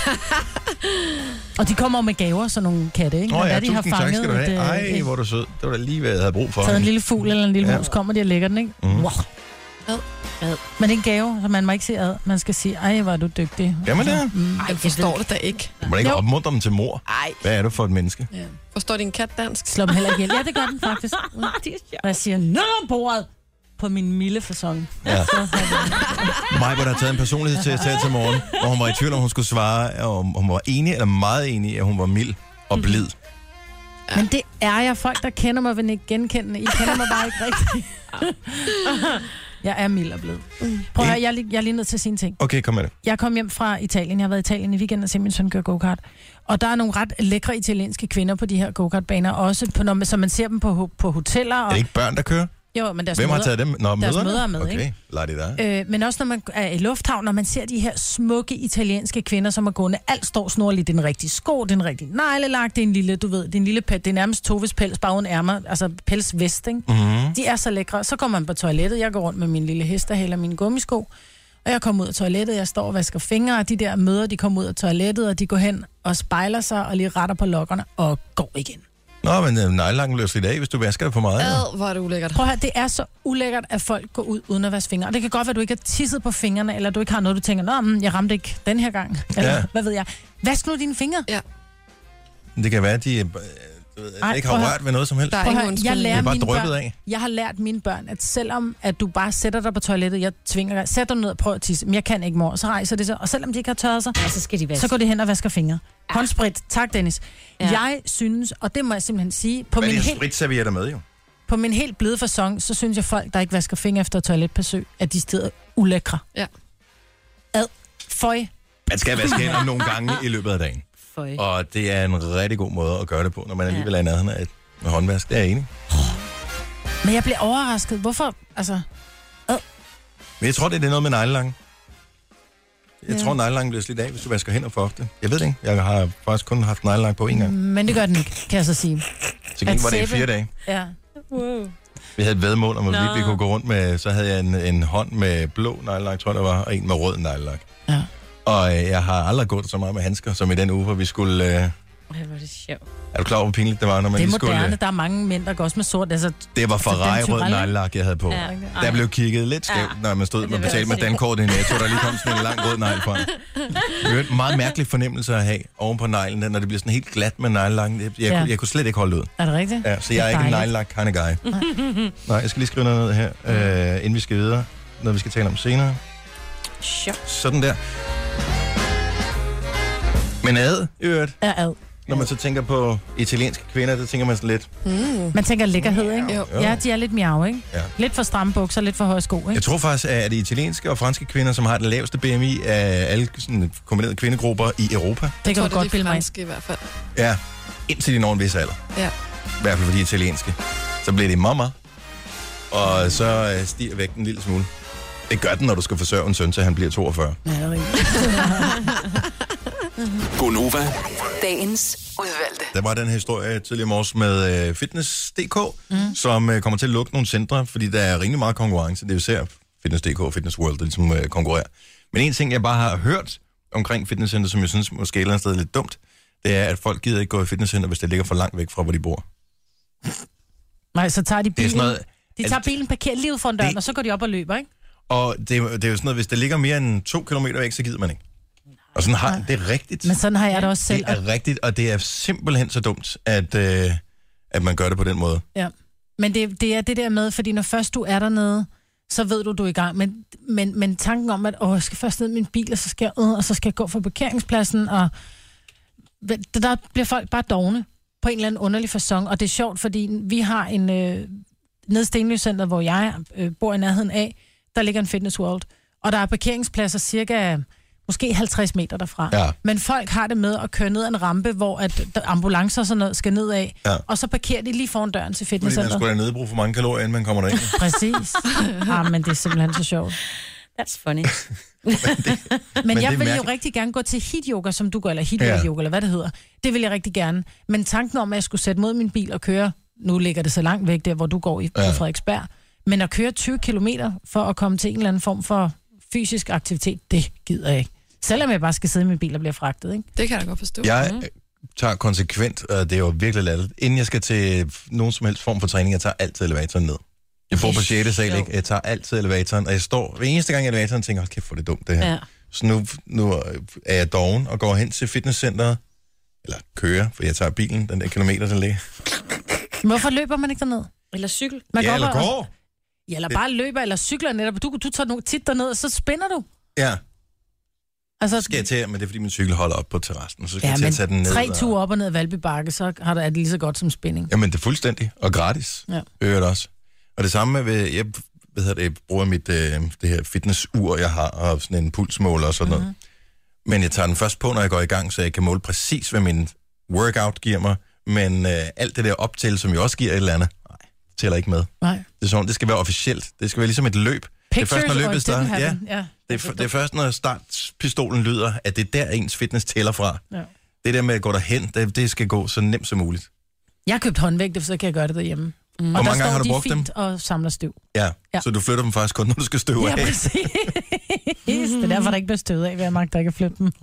Og de kommer med gaver, sådan nogle katte, ikke? Ja, de har fanget. Ej, hvor er du sød. Det var da lige, hvad jeg havde brug for. Taget en lille fugl eller en lille mus, kommer de og lægger den, ikke? Wow. Men det er en gave, så man må ikke sige ad. Man skal sige, ej, hvor er du dygtig. Jamen det er. Jeg forstår det da ikke. Du må ikke opmuntre dem til mor. Ej. Hvad er du for et menneske? Ja. Forstår din kat dansk? Slå dem heller ikke ihjel. Ja, det gør den faktisk. Og jeg siger, nå, bordet på min milde facon. Ja. Majbert har taget en personlighedstest her til morgen, hvor hun var i tvivl, om hun skulle svare, om hun var enig eller meget enig, at hun var mild og blid. Ja. Men det er jeg. Folk, der kender mig, vil ikke genkende. I kender mig bare ikke rigtigt. Jeg er mild og blid. Prøv at høre, jeg er lige nødt til at sige en ting. Okay, kom med det. Jeg kom hjem fra Italien. Jeg har været i Italien i weekenden og set min søn køre go-kart. Og der er nogle ret lækre italienske kvinder på de her go-kart-baner. Også på, så man ser dem på hoteller. Og... Er det ikke børn, der kører? Jo, men deres Hvem har taget dem? Deres mødre er med, okay. ikke? Lad det der. Men også når man er i lufthavn, når man ser de her smukke italienske kvinder, som er gående, alt står snorligt. Det er en rigtig sko, det er en rigtig neglelak, det er en lille, du ved, det er en lille pels, det er nærmest Toves pels, bare uden ærmer, altså pelsvest, ikke? Mm-hmm. De er så lækre. Så går man på toilettet, jeg går rundt med min lille hestehæl og mine gummisko, og jeg kommer ud af toilettet, jeg står og vasker fingre, og de der møder, de kommer ud af toilettet, og de går hen og spejler sig og lige retter på lokkerne og går igen. Nå, men nejlakken bliver slidt af, hvis du vasker det for meget. Hvor er det ulækkert. Prøv at høre, det er så ulækkert, at folk går ud uden at vaske fingre. Og det kan godt være, at du ikke har tisset på fingrene, eller du ikke har noget, du tænker, nå, jeg ramte ikke den her gang. Eller hvad ved jeg. Vask nu dine fingre. Ja. Det kan være, at de ikke har rørt ved noget som helst. Jeg har lært mine børn, at selvom at du bare sætter dig på toilettet, jeg tvinger dig, sæt dig ned og prøv at tisse, men jeg kan ikke, mor, så rejser det sig. Og selvom de ikke har tørret sig, så skal de vaske. Så går de hen og vasker fingre. Håndsprit. Tak, Dennis. Ja. Jeg synes, og det må jeg simpelthen sige, spritservietter med, jo. På min helt blide facon, så synes jeg, folk, der ikke vasker fingre efter toiletbesøg, at de steder ulækre. Ja. Føj. Man skal vaske hænder nogle gange i løbet af dagen. Føj. Og det er en rigtig god måde at gøre det på, når man alligevel er i nærheden af et håndvask. Det er jeg enig. Men jeg bliver overrasket. Hvorfor? Altså... Men jeg tror, det er noget med neglelakken. Jeg tror, neglelakken bliver slidt af, hvis du vasker hænder for ofte. Jeg ved det ikke. Jeg har faktisk kun haft neglelak på en gang. Men det gør den ikke, kan jeg så sige. Så gik var det i 4 dage. Ja. Wow. Vi havde et væddemål om, hvorvidt vi kunne gå rundt med, så havde jeg en hånd med blå neglelak, tror jeg, der var, og en med rød neglelak. Ja. Og jeg har aldrig gået så meget med handsker, som i den uge, hvor vi skulle Det var det sjovt. Er du klar over, hvor pinligt det var, når man det er lige skulle... moderne, der er mange mænd, der går også med sort. Altså, det var Ferrari-rød neglelak, jeg havde på. Ja. Der blev kigget lidt skævt, når man stod og betalte med dankortet i Netto, der lige kom sådan en lang rød negl fra. Det er en meget mærkelig fornemmelse at have oven på neglen, når det bliver sådan helt glat med neglelakken. Jeg kunne slet ikke holde ud. Er det rigtigt? Ja, så jeg er ikke en neglelak kind of guy. Nej, jeg skal lige skrive noget ned her, inden vi skal videre. Noget, vi skal tale om senere. Sådan der. Men ad, i øvrigt. Ja, ad. Når man så tænker på italienske kvinder, der tænker man sådan lidt... Man tænker lækkerhed, ikke? Jo. Ja, de er lidt miau, ikke? Ja. Lidt for stramme bukser, lidt for høje sko, ikke? Jeg tror faktisk, at det italienske og franske kvinder, som har den laveste BMI af alle sådan kombinerede kvindegrupper i Europa. Det kan du godt det bilde mig franske i hvert fald. Ja, indtil de når en vis alder. Ja. I hvert fald for de italienske. Så bliver det mamma, og så stiger vægten en lille smule. Det gør den, når du skal forsørge en søn, til han bliver 42. Ja, det er rigtigt. Gonova. Dagens udvalgte. Der var den her historie tidligere morges med Fitness.dk, som kommer til at lukke nogle centre, fordi der er rimelig meget konkurrence. Det er jo især Fitness.dk og Fitness World, der ligesom konkurrerer. Men en ting, jeg bare har hørt omkring fitnesscenter, som jeg synes måske et eller andet sted er lidt dumt, det er, at folk gider ikke gå i fitnesscenter, hvis det ligger for langt væk fra, hvor de bor. Nej, så tager de bilen. Noget, de tager bilen parkeret lige ud foran døren, og så går de op og løber, ikke? Og det er jo sådan noget, hvis det ligger mere end 2 kilometer væk, så gider man ikke. Og sådan har det er rigtigt. Men sådan har jeg det også selv. Det er rigtigt, og det er simpelthen så dumt, at man gør det på den måde. Ja, men det er det der med, fordi når først du er dernede, så ved du er i gang. Men tanken om, at jeg skal først ned i min bil, og så skal jeg og så skal jeg gå for parkeringspladsen, og der bliver folk bare dovne på en eller anden underlig facon. Og det er sjovt, fordi vi har en nede i Stenløscenter, hvor jeg bor i nærheden af, der ligger en Fitness World, og der er parkeringspladser cirka måske 50 meter derfra. Ja. Men folk har det med at køre ned ad en rampe, hvor at ambulancer og sådan noget skal ned af, og så parkerer de lige foran døren til fitnesscenteret. Fordi man skulle have nedbrug for mange kalorier, inden man kommer derind. Præcis. Men det er simpelthen så sjovt. That's funny. men jeg vil jo rigtig gerne gå til heat yoga, som du gør, eller heat yoga, eller hvad det hedder. Det vil jeg rigtig gerne. Men tanken om, at jeg skulle sætte mod min bil og køre, nu ligger det så langt væk der, hvor du går på Frederiksberg, men at køre 20 kilometer for at komme til en eller anden form for fysisk aktivitet, det gider jeg ikke. Selvom jeg bare skal sidde i min bil og bliver fragtet, ikke? Det kan jeg godt forstå. Jeg tager konsekvent, og det er jo virkelig latterligt. Inden jeg skal til nogen som helst form for træning, jeg tager altid elevatoren ned. Jeg bor på 6. sal, ikke? Jeg tager altid elevatoren, og jeg står hver eneste gang i elevatoren og tænker, hold kæft, hvor det dumt det her. Ja. Så nu er jeg doven og går hen til fitnesscenteret, eller kører, for jeg tager bilen, den der kilometer, der ligger. Hvorfor løber man ikke derned? Eller cykel? Eller går. Ja, eller bare løber, eller cykler netop. Du tager nogle tit derned, og så spænder du. Ja. Altså, skal jeg til, men det er fordi min cykel holder op på terrassen, så skal jeg til at tage den ned. 3 ture op og ned ad Valby Bakke, så er det lige så godt som spænding. Jamen, det er fuldstændig, og gratis. Ja. Hører det også. Og det samme med, jeg bruger mit det her fitnessur, jeg har, og sådan en pulsmåler og sådan noget. Men jeg tager den først på, når jeg går i gang, så jeg kan måle præcis, hvad min workout giver mig. Men alt det der op til, som jo også giver et eller andet, nej, tæller ikke med. Nej. Det er sådan, det skal være officielt. Det skal være ligesom et løb. Pictures, det er først, når løbet starter. Ja. Det er først, når startpistolen lyder, at det er der, ens fitness tæller fra. Ja. Det der med at gå derhen, det skal gå så nemt som muligt. Jeg har købt håndvægte, så kan jeg gøre det derhjemme. Hvor mange gange har du brugt dem? Og samler støv. Ja, så du flytter dem faktisk kun, når du skal støve af. Ja, præcis. Det er derfor, der ikke bliver støvet af, ved at magte ikke at flytte dem.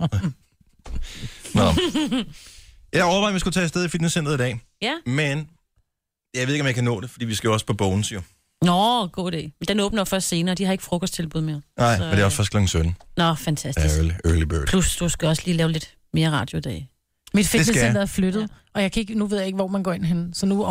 Nå. Jeg overvejer, at vi skulle tage afsted i fitnesscenteret i dag. Ja. Men jeg ved ikke, om jeg kan nå det, fordi vi skal også på Bones jo. Nå, god idé. Men den åbner først senere. De har ikke frokosttilbud mere. Nej, men det er også først kl. 17. Nå, fantastisk. Early bird. Plus, du skal også lige lave lidt mere radio i dag. Mit fitnesscenter er flyttet, og jeg kan ikke, nu ved jeg ikke, hvor man går ind hen. Så nu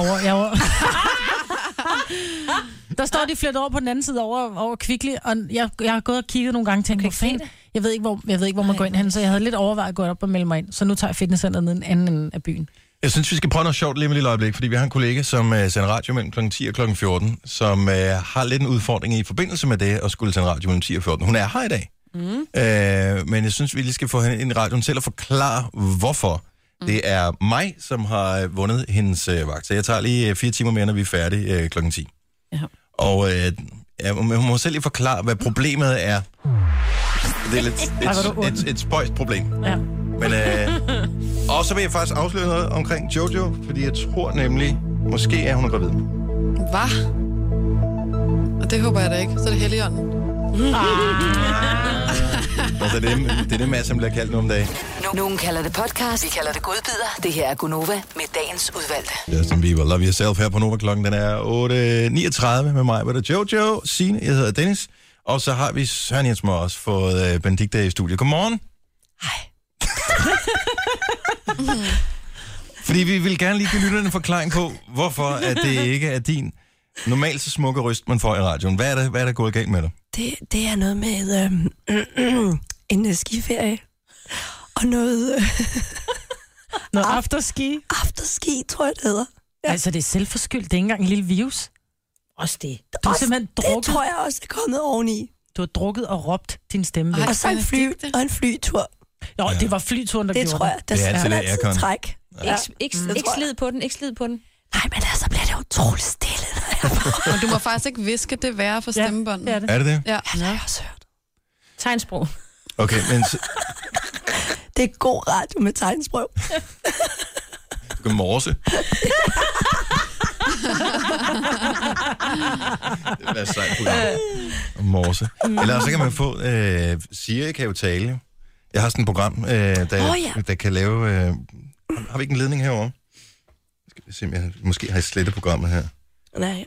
der står de flyttet over på den anden side over Kvickly, og jeg har gået og kigget nogle gange og tænkt, hvor fanden, jeg ved ikke, hvor man går ind hen, så jeg havde lidt overvejet at gå op og melde mig ind. Så nu tager jeg fitnesscenteret ned den anden ende af byen. Jeg synes, vi skal prøve noget sjovt lige med et lille øjeblik, fordi vi har en kollega, som sender radio mellem kl. 10 og kl. 14, som har lidt en udfordring i forbindelse med det, at skulle sende radio mellem 10 og 14. Hun er her i dag, men jeg synes, vi lige skal få hende ind i radioen til at forklare, hvorfor. Det er mig, som har vundet hendes vagt, så jeg tager lige 4 timer mere, når vi er færdige kl. 10. Ja. Og hun må selv lige forklare, hvad problemet er. Det er lidt et spøjst problem. Ja. Men og så vil jeg faktisk afsløre noget omkring Jojo, fordi jeg tror nemlig, måske er hun gravid. Hvad? Og det håber jeg da ikke. Så er det Helligånden. Altså, det er det Mads, som bliver kaldt nu om dagen. Nogen kalder det podcast, vi kalder det godbider. Det her er Gunova med dagens udvalgte. Justin Bieber, Love Yourself her på Nova. Klokken den er 8:39 med mig, hvor der Jojo, Signe, jeg hedder Dennis. Og så har vi Søren Jens Møller også fået Benedikte i studiet. Godmorgen. Hej. Fordi vi vil gerne lige give lytterne en forklaring på, hvorfor at det ikke er din normalt så smukke røst, man får i radioen. Hvad er der gået galt med dig? Det er noget med en skiferie. Og noget... noget afterski? Afterski, tror jeg, det hedder. Ja. Altså, det er selvforskyldt. Det er ikke engang en lille virus. Også det. Du har simpelthen drukket... Det tror jeg også er kommet oveni. Du har drukket og råbt din stemme væk. Og så en flytur. Jo, det var flyturen, der det gjorde tror jeg. Det er altid det aircon. Træk. Ja. Ikke slid på den, ikke slid på den. Nej, men altså bliver det utroligt stille. Men du må faktisk ikke viske det værre for stemmebåndet. Ja, det er det? Ja. Ja, det har jeg også hørt. Tegnsprog. Okay, men... Det er god radio med tegnsprog. Du kan morse. Det vil være sejt på morse. Eller så kan man få... Siri kan jo tale. Jeg har sådan et program, der kan lave... har vi ikke en ledning herovre? Skal vi se, om jeg måske har jeg slettet programmet her. Nej.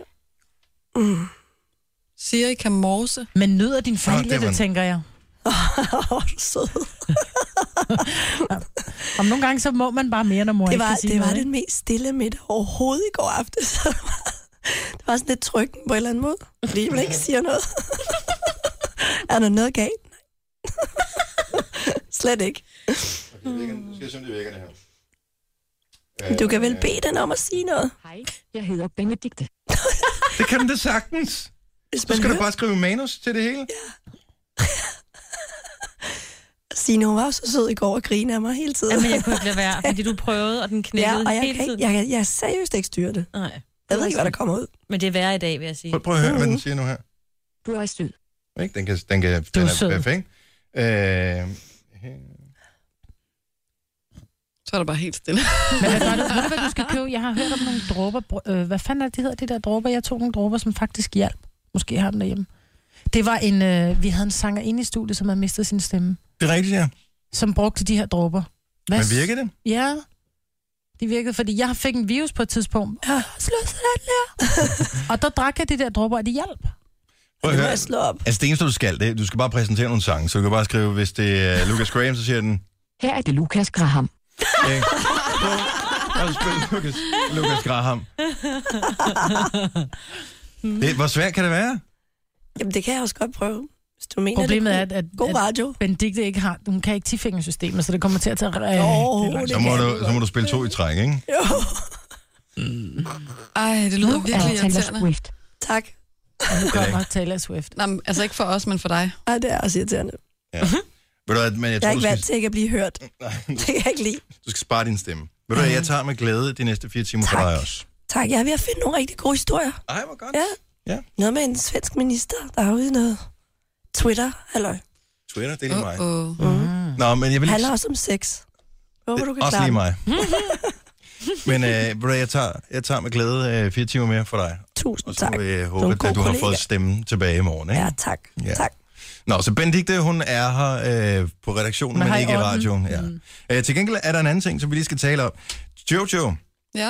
Siri kan morse. Men nyder din familie det, tænker jeg. Du sød. Om nogle gange, så må man bare mere, når mor ikke kan sige det var noget, den mest stille middag overhovedet i går aftes. Det var sådan lidt trykken på en eller anden måde, fordi man ikke siger noget. Er der noget galt? Slet ikke. Nu skal jeg se, om det virker det her. Du kan vel bede den om at sige noget. Hej, jeg hedder Benedikte. Det kan den da sagtens. Så skal du bare skrive manus til det hele. Ja. Signe, hun var jo så sød i går og grine af mig hele tiden. Jamen, jeg kunne ikke lade være, fordi du prøvede, og den knækkede hele tiden. Jeg kan seriøst ikke styre det. Nej. Jeg ved ikke, hvad der kommer ud. Men det er værre i dag, vil jeg sige. Prøv at høre, hvad den siger nu her. Du er sød. Ikke? Den er perfekt. Så er der bare helt stille. Men ved du, hvad du skal købe? Jeg har hørt om nogle dråber. Hvad fanden er det, hedder de der dråber? Jeg tog nogle dråber, som faktisk hjalp. Måske har den derhjemme. Det var vi havde en sanger inde i studiet, som havde mistet sin stemme. Det er rigtigt, ja. Som brugte de her dråber. Men virkede det? Ja, de virkede, fordi jeg fik en virus på et tidspunkt. Ja, slå sådan der. Og der drak jeg de der dråber, og de hjalp. Prøv at høre. Altså det eneste, du skal, du skal bare præsentere nogle sange, så du kan bare skrive, hvis det er Lucas Graham, så siger den... Her er det Lucas Graham. Lucas Graham. Hvor svært kan det være? Jamen, det kan jeg også godt prøve. Hvis du mener, problemet er, at god radio. Benedikte ikke har... Hun kan ikke tifingersystemet, så det kommer til at tage... Så må du spille 2 i træk, ikke? Jo. Ej, det lyder virkelig irriterende. Swift. Tak. Og nu kommer Taylor Swift. Nej, altså ikke for os, men for dig. Ej, det er også irriterende. Ja. Men jeg er ikke vant til ikke at blive hørt. Det kan jeg ikke lide. Du skal spare din stemme. Ved du hvad, jeg tager med glæde de næste 4 timer for dig også. Tak, jeg er ved at finde nogle rigtig gode historier. Ej, hvor godt. Ja. Noget med en svensk minister, der har ude noget Twitter, halløj. Twitter, det er lige mig. Nå, men jeg vil... handler også om sex. Håber, du kan også klare lige mig. Men jeg tager med glæde 4 timer mere for dig. Tusind tak. Og så vil jeg håbe, at du har fået stemmen tilbage i morgen. Ikke? Ja, tak. Ja. Tak. Nå, så Benedikte, hun er her på redaktionen, men ikke i radioen. Ja. Til gengæld er der en anden ting, som vi lige skal tale om. Jojo. Ja?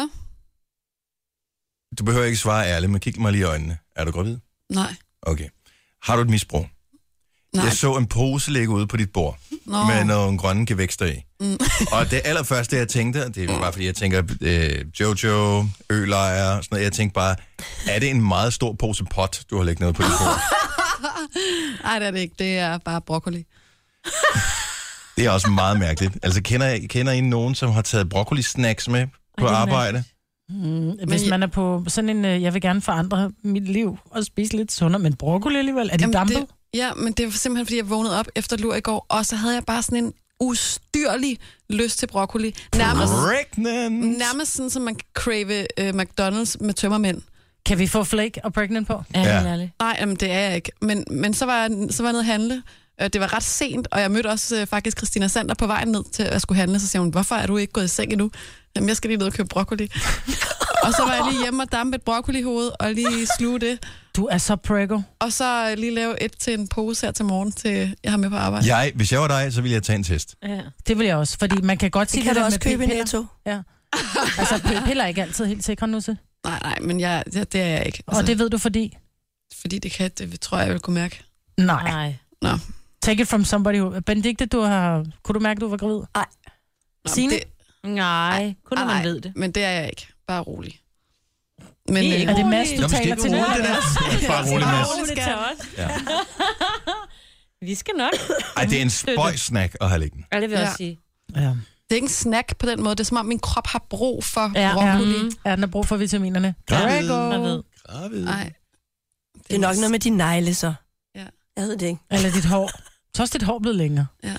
Du behøver ikke svare ærligt, men kig mig lige i øjnene. Er du gravid? Nej. Okay. Har du et misbrug? Nej. Jeg så en pose ligge ude på dit bord med nogle grønne gevækster i. Og det allerførste, jeg tænkte, det er bare fordi, jeg tænker Jojo, ølejre, sådan noget. Jeg tænkte bare, er det en meget stor pose pot, du har lægget noget på dit bord? Nej, det er det ikke. Det er bare broccoli. Det er også meget mærkeligt. Altså, kender I nogen, som har taget broccoli-snacks med på arbejde? Hvis man er på sådan en, jeg vil gerne forandre mit liv og spise lidt sundere, men broccoli alligevel, er det dampet? Ja, men det var simpelthen, fordi jeg vågnede op efter lur i går, og så havde jeg bare sådan en ustyrlig lyst til broccoli. Nærmest sådan, som man kan crave McDonald's med tømmermænd. Kan vi få flake og pregnant på? Ja. Nej, jamen, det er jeg ikke. Men så var jeg nede at handle, Det var ret sent, og jeg mødte også faktisk Christina Sander på vejen ned til at skulle handle. Så siger hun, hvorfor er du ikke gået i seng endnu? Jamen, jeg skal lige ned og købe broccoli. Og så var jeg lige hjemme og dampe et broccolihoved, og lige sluge det. Du er så prego. Og så lige lave et til en pose her til morgen, til jeg har med på arbejde. Hvis jeg var dig, så ville jeg tage en test. Ja. Det vil jeg også, fordi man kan godt sige, det kan det du også med købe i p-piller. Netto. Ja. Altså, piller er ikke altid helt sikre nu til. Nej, men det er jeg ikke. Altså, og det ved du fordi? Fordi det tror jeg vil kunne mærke. Nej. Nå. Take it from somebody who... Benedikte, kunne du mærke, du var gravid? Nej. Signe? Nej, kun når man ved det. Men det er jeg ikke. Bare rolig. Men, er det Mads, du taler til nu? Bare rolig, Mads. Ja. Vi skal nok. Ej, det er en spøjsnack at have liggende. Ja, det vil jeg også sige. Ja. Det er ikke en snack på den måde. Det er som om, min krop har brug for broccoli. Ja, den har brug for vitaminerne. Gravid. Nej. Det er nok noget med dine negle, så. Ja. Jeg ved det ikke. Eller dit hår. Så er dit hår blevet længere. Ja.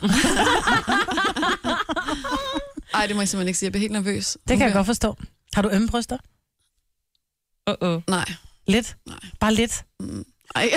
Ej, det må jeg simpelthen ikke sige. Jeg bliver helt nervøs. Det kan jeg godt forstå. Har du ømme bryster? Nej. Lidt? Nej. Bare lidt? Ej.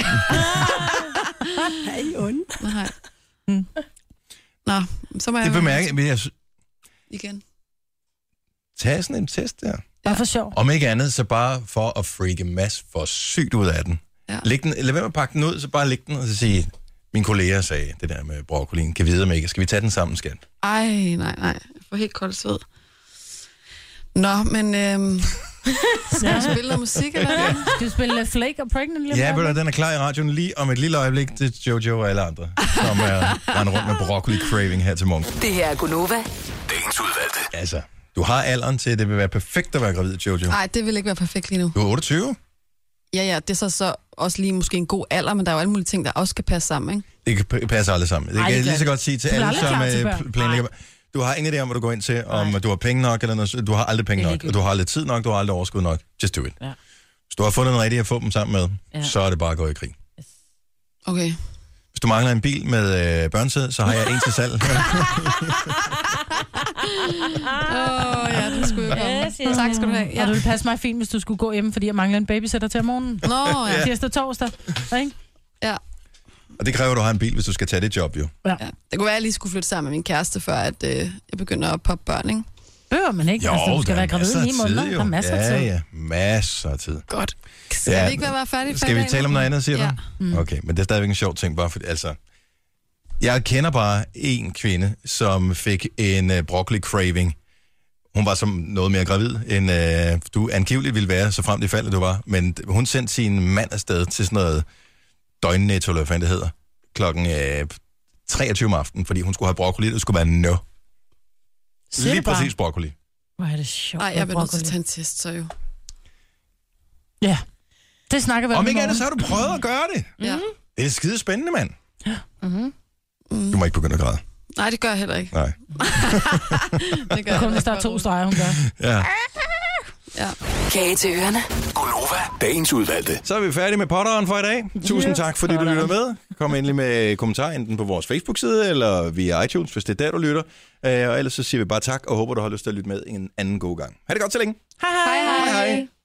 Hej, ond. Nej. Nå, så må jeg... Det bemærker jeg. Igen. Tag sådan en test der. Bare for sjov. Om ikke andet, så bare for at freake Mads for sygt ud af den. Ja. Lad være med at pakke den ud, så bare læg den og så sige, min kollega sagde det der med broccolien. Kan vide om ikke. Skal vi tage den sammen, skat? Ej, nej. Jeg får helt koldt sved. Nå, men... Skal vi spille noget musik, eller hvad? Skal vi spille Flake og Pregnant? Ja, men den er klar i radioen lige om et lille øjeblik. Det er Jojo og alle andre, som er rendt rundt med broccoli craving her til morgen. Det her er Gunova. Dagens udvalgte. Altså, du har alderen til, at det vil være perfekt at være gravid, Jojo. Nej, det vil ikke være perfekt lige nu. Du er 28? Ja, det er så også lige måske en god alder, men der er jo alle mulige ting, der også skal passe sammen, ikke? Det kan passe aldrig sammen. Det kan jeg lige så godt sige til alle, som planlægger. Du har ingen idé om, hvad du går ind til, om du har penge nok, eller noget. Du har aldrig penge nok, og du har aldrig tid nok, du har aldrig overskud nok. Just do it. Ja. Hvis du har fundet en rigtig at få dem sammen med, så er det bare at gå i krig. Yes. Okay. Hvis du mangler en bil med børnesæde, så har jeg en til salg. Ja, det skulle jeg komme. Tak skal du have. Ja. Og det ville passe mig fint, hvis du skulle gå hjem, fordi jeg mangler en babysitter til om morgenen. Ja. Tirsdag, torsdag. Ikke? Ja. Og det kræver, at du har en bil, hvis du skal tage det job, jo. Ja. Det kunne være, at jeg lige skulle flytte sammen med min kæreste, før at, jeg begynder at poppe børn, ikke? Behøver man ikke. Jo, altså, du skal være gravid i 9 måneder. Der er masser af tid. Ja, masser af tid. Godt. Skal vi ikke være færdige? Skal vi tale om noget andet, siger du? Ja. Okay, men det er stadigvæk en sjov ting, bare fordi, altså... Jeg kender bare en kvinde, som fik en broccoli craving. Hun var som noget mere gravid, end du angiveligt ville være, så frem det faldt, du var. Men hun sendte sin mand afsted til sådan noget døgnnetto, eller hvad det hedder, klokken 23 om aftenen, fordi hun skulle have broccoli, det skulle være lige præcis broccoli. Hvor er det sjovt. Nej, jeg bliver nødt til at tage en test, så jo. Ja, det snakker vi om. Om ikke andet, så har du prøvet at gøre det. Ja. Det er skide spændende, mand. Ja. Du må ikke begynde at græde. Nej, det gør jeg heller ikke. Nej. Det gør kun hvis der er 2 streger, hun gør. Ja. Kage til ørerne. Gunova, dagens udvalgte. Så er vi færdige med potteren for i dag. Tusind tak, fordi du lytter med. Kom endelig med kommentarer enten på vores Facebook-side eller via iTunes, hvis det er der, du lytter. Og ellers så siger vi bare tak, og håber, du har lyst til at lytte med en anden god gang. Ha' det godt så længe. Hej hej. Hej hej.